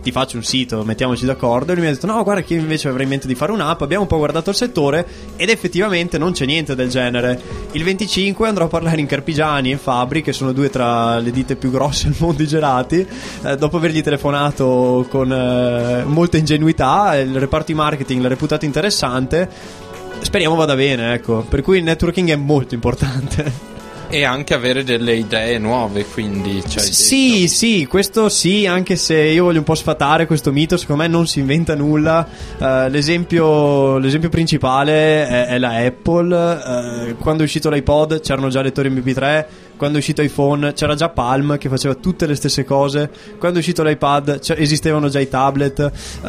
Speaker 14: ti faccio un sito, mettiamoci d'accordo. E lui mi ha detto no, guarda che io invece avrei in mente di fare un'app. Abbiamo un po' guardato il settore ed effettivamente non c'è niente del genere. Il venticinque andrò a parlare in Carpigiani e Fabri, che sono due tra le ditte più grosse al mondo di gelati, eh, dopo avergli telefonato con eh, molta ingenuità. Il reparto di marketing l'ha reputato interessante, speriamo vada bene, ecco. Per cui il networking è molto importante.
Speaker 3: E anche avere delle idee nuove, quindi cioè,
Speaker 14: sì, detto. sì, questo sì, anche se io voglio un po' sfatare questo mito, secondo me non si inventa nulla. Uh, l'esempio, l'esempio principale è, è la Apple. Uh, quando è uscito l'iPod c'erano già lettori M P tre. Quando è uscito iPhone c'era già Palm che faceva tutte le stesse cose. Quando è uscito l'iPad esistevano già i tablet.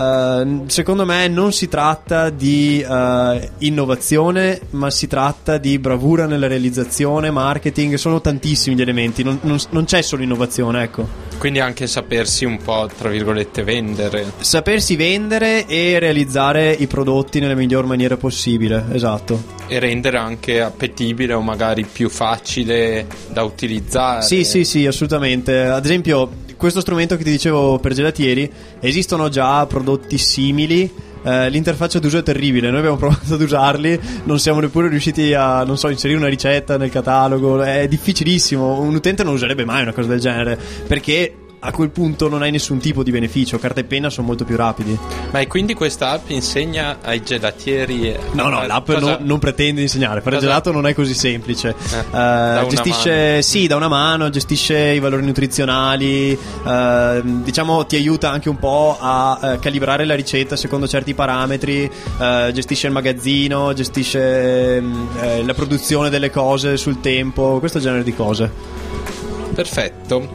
Speaker 14: Uh, secondo me non si tratta di uh, innovazione, ma si tratta di bravura nella realizzazione, marketing. Sono tantissimi gli elementi, non, non, non c'è solo innovazione, ecco.
Speaker 3: Quindi anche sapersi un po', tra virgolette, vendere.
Speaker 14: Sapersi vendere e realizzare i prodotti nella miglior maniera possibile, esatto.
Speaker 3: E rendere anche appetibile o magari più facile da utilizzare.
Speaker 14: Sì, sì, sì, assolutamente. Ad esempio, questo strumento che ti dicevo per gelatieri, esistono già prodotti simili. Uh, l'interfaccia d'uso è terribile, noi abbiamo provato ad usarli, non siamo neppure riusciti a, non so, inserire una ricetta nel catalogo, è difficilissimo, un utente non userebbe mai una cosa del genere, perché a quel punto non hai nessun tipo di beneficio, carta e penna sono molto più rapidi.
Speaker 3: Ma e quindi questa app insegna ai gelatieri?
Speaker 14: No, no, l'app
Speaker 3: cosa...
Speaker 14: non, non pretende di insegnare, fare
Speaker 3: cosa...
Speaker 14: gelato non è così semplice.
Speaker 3: Eh,
Speaker 14: uh, gestisce, mano. sì, da una mano, gestisce i valori nutrizionali, uh, diciamo ti aiuta anche un po' a uh, calibrare la ricetta secondo certi parametri, uh, gestisce il magazzino, gestisce uh, la produzione delle cose sul tempo, questo genere di cose.
Speaker 3: Perfetto,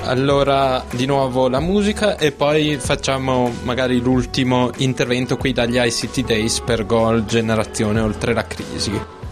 Speaker 3: allora di nuovo la musica e poi facciamo magari l'ultimo intervento qui dagli I C T Days per Goal Generazione Oltre la Crisi.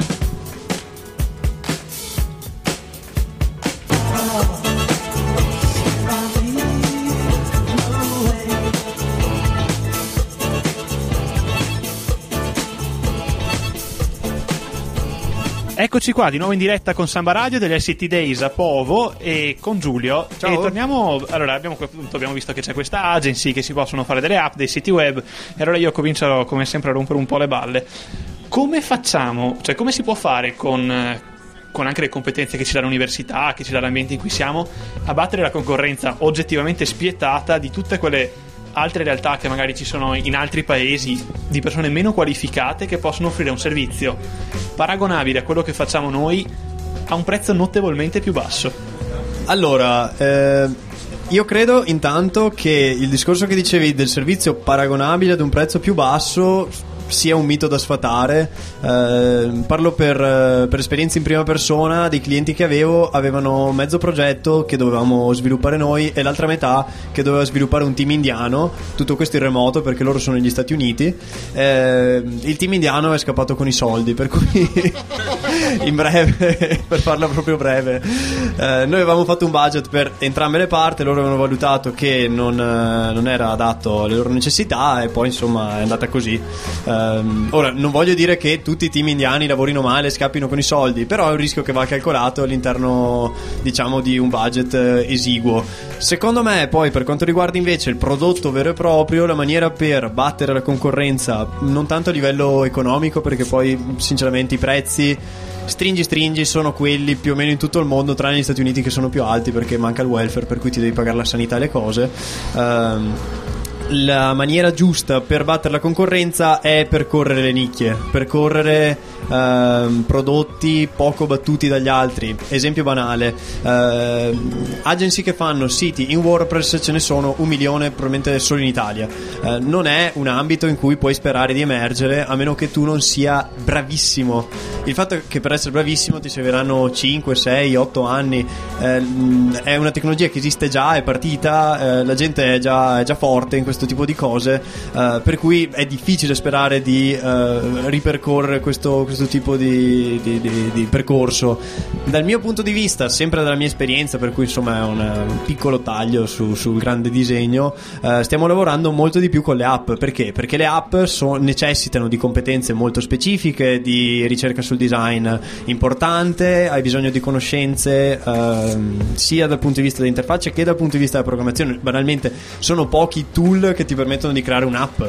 Speaker 8: Eccoci qua di nuovo in diretta con Samba Radio degli I C T Days a Povo e con Giulio.
Speaker 14: Ciao.
Speaker 8: E torniamo, allora abbiamo, abbiamo visto che c'è questa agency, che si possono fare delle app, dei siti web, e allora io comincio come sempre a rompere un po' le balle. Come facciamo, cioè come si può fare con, con anche le competenze che ci dà l'università, che ci dà l'ambiente in cui siamo, a battere la concorrenza oggettivamente spietata di tutte quelle altre realtà che magari ci sono in altri paesi, di persone meno qualificate che possono offrire un servizio paragonabile a quello che facciamo noi a un prezzo notevolmente più basso?
Speaker 14: Allora, eh, io credo intanto che il discorso che dicevi del servizio paragonabile ad un prezzo più basso sia un mito da sfatare. Eh, parlo per, per esperienze in prima persona. Dei clienti che avevo avevano mezzo progetto che dovevamo sviluppare noi e l'altra metà che doveva sviluppare un team indiano, tutto questo in remoto perché loro sono negli Stati Uniti. Eh, il team indiano è scappato con i soldi, per cui in breve, per farla proprio breve, eh, noi avevamo fatto un budget per entrambe le parti, loro avevano valutato che non, non era adatto alle loro necessità e poi insomma è andata così. Eh, ora non voglio dire che tutti i team indiani lavorino male e scappino con i soldi, però è un rischio che va calcolato all'interno, diciamo, di un budget eh, esiguo. Secondo me poi, per quanto riguarda invece il prodotto vero e proprio, la maniera per battere la concorrenza, non tanto a livello economico, perché poi sinceramente i prezzi stringi stringi sono quelli più o meno in tutto il mondo, tranne gli Stati Uniti che sono più alti perché manca il welfare, per cui ti devi pagare la sanità e le cose. um, La maniera giusta per battere la concorrenza è percorrere le nicchie, percorrere ehm, prodotti poco battuti dagli altri. Esempio banale, ehm, agency che fanno siti in WordPress ce ne sono un milione probabilmente solo in Italia. Eh, non è un ambito in cui puoi sperare di emergere a meno che tu non sia bravissimo. Il fatto è che per essere bravissimo ti serviranno cinque, sei, otto anni. Eh, è una tecnologia che esiste già, è partita, eh, la gente è già, è già forte in questo tipo di cose, uh, per cui è difficile sperare di uh, ripercorrere questo, questo tipo di, di, di, di percorso. Dal mio punto di vista, sempre dalla mia esperienza, per cui insomma me è un piccolo taglio su, sul grande disegno. Uh, stiamo lavorando molto di più con le app. Perché? Perché le app so, necessitano di competenze molto specifiche, di ricerca sul design importante, hai bisogno di conoscenze uh, sia dal punto di vista dell'interfaccia che dal punto di vista della programmazione. Banalmente sono pochi tool che ti permettono di creare un'app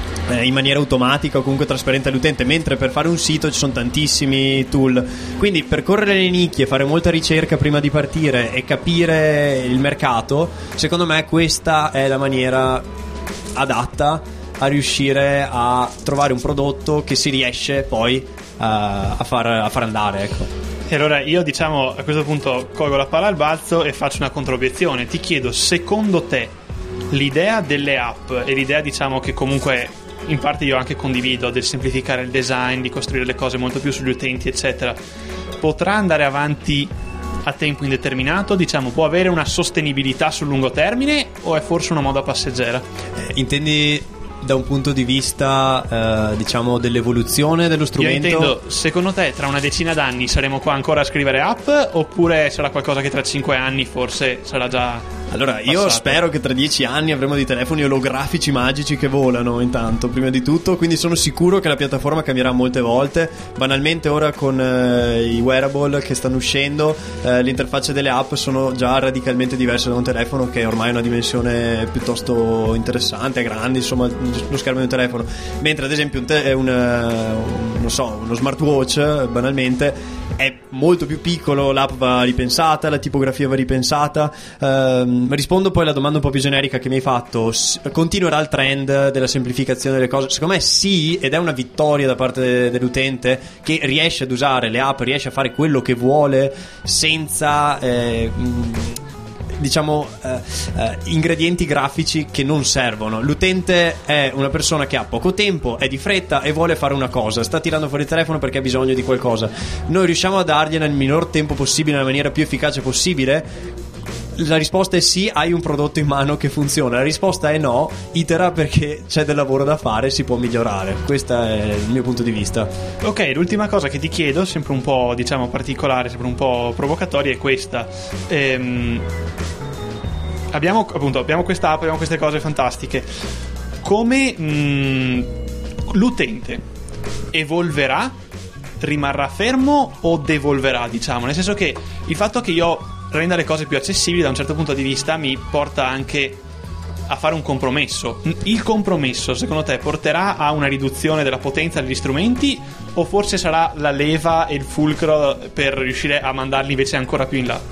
Speaker 14: in maniera automatica o comunque trasparente all'utente, mentre per fare un sito ci sono tantissimi tool. Quindi percorrere le nicchie, fare molta ricerca prima di partire e capire il mercato, secondo me questa è la maniera adatta a riuscire a trovare un prodotto che si riesce poi uh, a, far, a far andare, ecco.
Speaker 8: E allora io, diciamo, a questo punto colgo la palla al balzo e faccio una controobiezione. Ti chiedo, secondo te l'idea delle app e l'idea, diciamo, che comunque in parte io anche condivido, del semplificare il design, di costruire le cose molto più sugli utenti eccetera, potrà andare avanti a tempo indeterminato? Diciamo, può avere una sostenibilità sul lungo termine o è forse una moda passeggera?
Speaker 14: Eh, intendi da un punto di vista eh, diciamo dell'evoluzione dello strumento?
Speaker 8: Io intendo, secondo te tra una decina d'anni saremo qua ancora a scrivere app, oppure sarà qualcosa che tra cinque anni forse sarà già...
Speaker 14: Allora, io
Speaker 8: passato?
Speaker 14: spero che tra dieci anni avremo dei telefoni olografici magici che volano, intanto, prima di tutto, quindi sono sicuro che la piattaforma cambierà molte volte. Banalmente ora con eh, i wearable che stanno uscendo, eh, le interfacce delle app sono già radicalmente diverse da un telefono, che ormai è una dimensione piuttosto interessante, grande, insomma, lo schermo di un telefono. Mentre ad esempio un, te- un, un, non so, uno smartwatch, banalmente, è molto più piccolo, l'app va ripensata, la tipografia va ripensata. Ehm, rispondo poi alla domanda un po' più generica che mi hai fatto: S- continuerà il trend della semplificazione delle cose? Secondo me sì, ed è una vittoria da parte de- dell'utente che riesce ad usare le app, riesce a fare quello che vuole senza eh, mh, diciamo eh, eh, ingredienti grafici che non servono. L'utente è una persona che ha poco tempo, è di fretta e vuole fare una cosa, sta tirando fuori il telefono perché ha bisogno di qualcosa. Noi riusciamo a dargliela nel minor tempo possibile, nella maniera più efficace possibile? La risposta è sì, hai un prodotto in mano che funziona. La risposta è no, itera, perché c'è del lavoro da fare, si può migliorare. Questo è il mio punto di vista.
Speaker 8: Ok, l'ultima cosa che ti chiedo, sempre un po' diciamo particolare, sempre un po' provocatoria, è questa. Ehm, abbiamo appunto abbiamo questa app, abbiamo queste cose fantastiche. Come mh, l'utente evolverà, rimarrà fermo o devolverà, diciamo? Nel senso che il fatto che io renda le cose più accessibili da un certo punto di vista mi porta anche a fare un compromesso. Il compromesso, secondo te, porterà a una riduzione della potenza degli strumenti, o forse sarà la leva e il fulcro per riuscire a mandarli invece ancora più in là?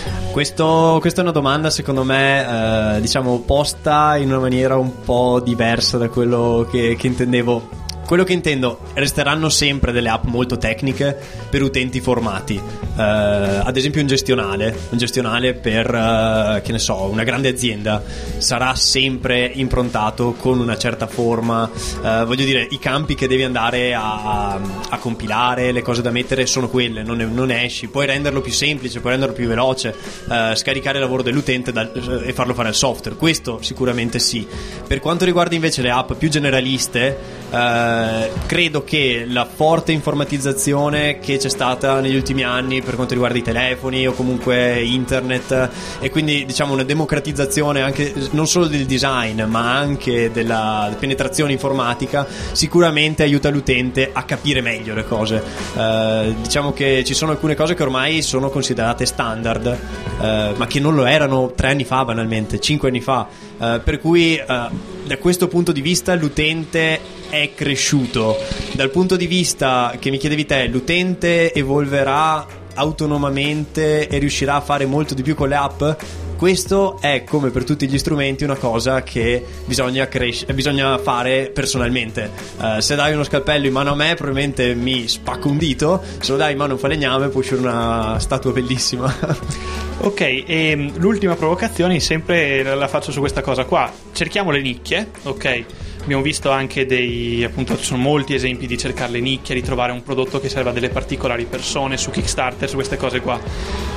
Speaker 14: Questo, questa è una domanda, secondo me, eh, diciamo posta in una maniera un po' diversa da quello che, che intendevo. Quello che intendo, resteranno sempre delle app molto tecniche per utenti formati. Uh, ad esempio un gestionale, un gestionale per, uh, che ne so, una grande azienda sarà sempre improntato con una certa forma. Uh, voglio dire, i campi che devi andare a, a, a compilare, le cose da mettere sono quelle, non, ne, non ne esci. Puoi renderlo più semplice, puoi renderlo più veloce, uh, scaricare il lavoro dell'utente da, uh, e farlo fare al software. Questo sicuramente sì. Per quanto riguarda invece le app più generaliste, Uh, credo che la forte informatizzazione che c'è stata negli ultimi anni per quanto riguarda i telefoni o comunque internet, e quindi diciamo una democratizzazione anche non solo del design ma anche della penetrazione informatica, sicuramente aiuta l'utente a capire meglio le cose. Uh, diciamo che ci sono alcune cose che ormai sono considerate standard, uh, ma che non lo erano tre anni fa, banalmente cinque anni fa, uh, per cui uh, da questo punto di vista l'utente è cresciuto. Dal punto di vista che mi chiedevi te, l'utente evolverà autonomamente e riuscirà a fare molto di più con le app? Questo è, come per tutti gli strumenti, una cosa che bisogna, cres- bisogna fare personalmente. Uh, se dai uno scalpello in mano a me probabilmente mi spacco un dito, se lo dai in mano a un falegname può uscire una statua bellissima.
Speaker 8: Ok, e l'ultima provocazione sempre la faccio su questa cosa qua. Cerchiamo le nicchie, ok? Abbiamo visto anche dei, appunto, ci sono molti esempi di cercare le nicchie, di trovare un prodotto che serva a delle particolari persone su Kickstarter, su queste cose qua.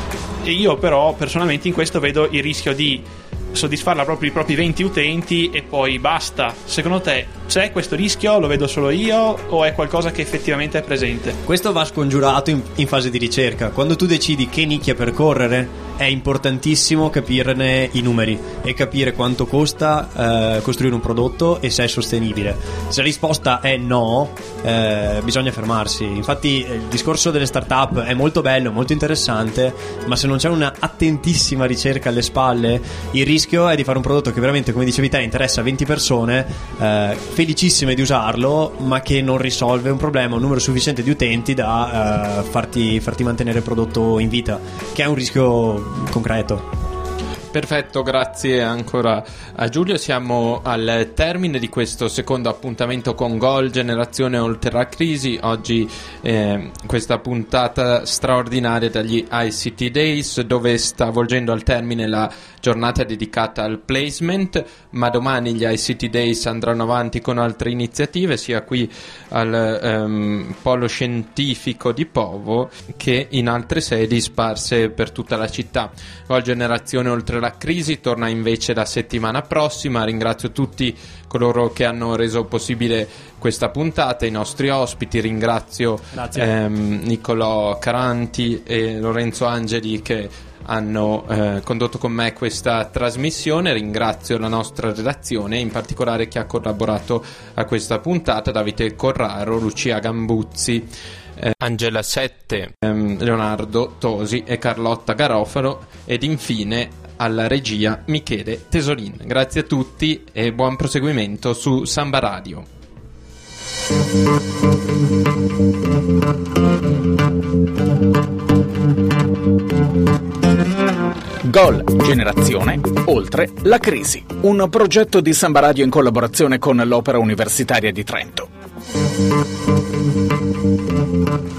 Speaker 8: E io però personalmente in questo vedo il rischio di soddisfare proprio i propri venti utenti e poi basta. Secondo te c'è questo rischio? Lo vedo solo io o è qualcosa che effettivamente è presente?
Speaker 14: Questo va scongiurato in, in fase di ricerca. Quando tu decidi che nicchia percorrere, è importantissimo capirne i numeri e capire quanto costa eh, costruire un prodotto e se è sostenibile. Se la risposta è no, eh, bisogna fermarsi. Infatti il discorso delle start-up è molto bello, molto interessante, ma se non c'è una attentissima ricerca alle spalle, il rischio è di fare un prodotto che veramente, come dicevi te, interessa a venti persone, eh, felicissime di usarlo, ma che non risolve un problema, un numero sufficiente di utenti da eh, farti, farti mantenere il prodotto in vita, che è un rischio concreto.
Speaker 3: Perfetto, grazie ancora a Giulio. Siamo al termine di questo secondo appuntamento con Gol, Generazione Oltre la Crisi. Oggi eh, questa puntata straordinaria dagli I C T Days, dove sta volgendo al termine la giornata dedicata al placement, ma domani gli I C T Days andranno avanti con altre iniziative, sia qui al um, Polo Scientifico di Povo che in altre sedi sparse per tutta la città. Gol, Generazione Oltre la Crisi torna invece la settimana prossima. Ringrazio tutti coloro che hanno reso possibile questa puntata, i nostri ospiti. Ringrazio ehm, Niccolò Caranti e Lorenzo Angeli che hanno eh, condotto con me questa trasmissione. Ringrazio la nostra redazione, in particolare chi ha collaborato a questa puntata: Davide Corraro, Lucia Gambuzzi, eh, Angela Sette, ehm, Leonardo Tosi e Carlotta Garofalo, ed infine alla regia Michele Tesolin. Grazie a tutti e buon proseguimento su Samba Radio.
Speaker 2: Gol, Generazione Oltre la Crisi, un progetto di Samba Radio in collaborazione con l'Opera Universitaria di Trento.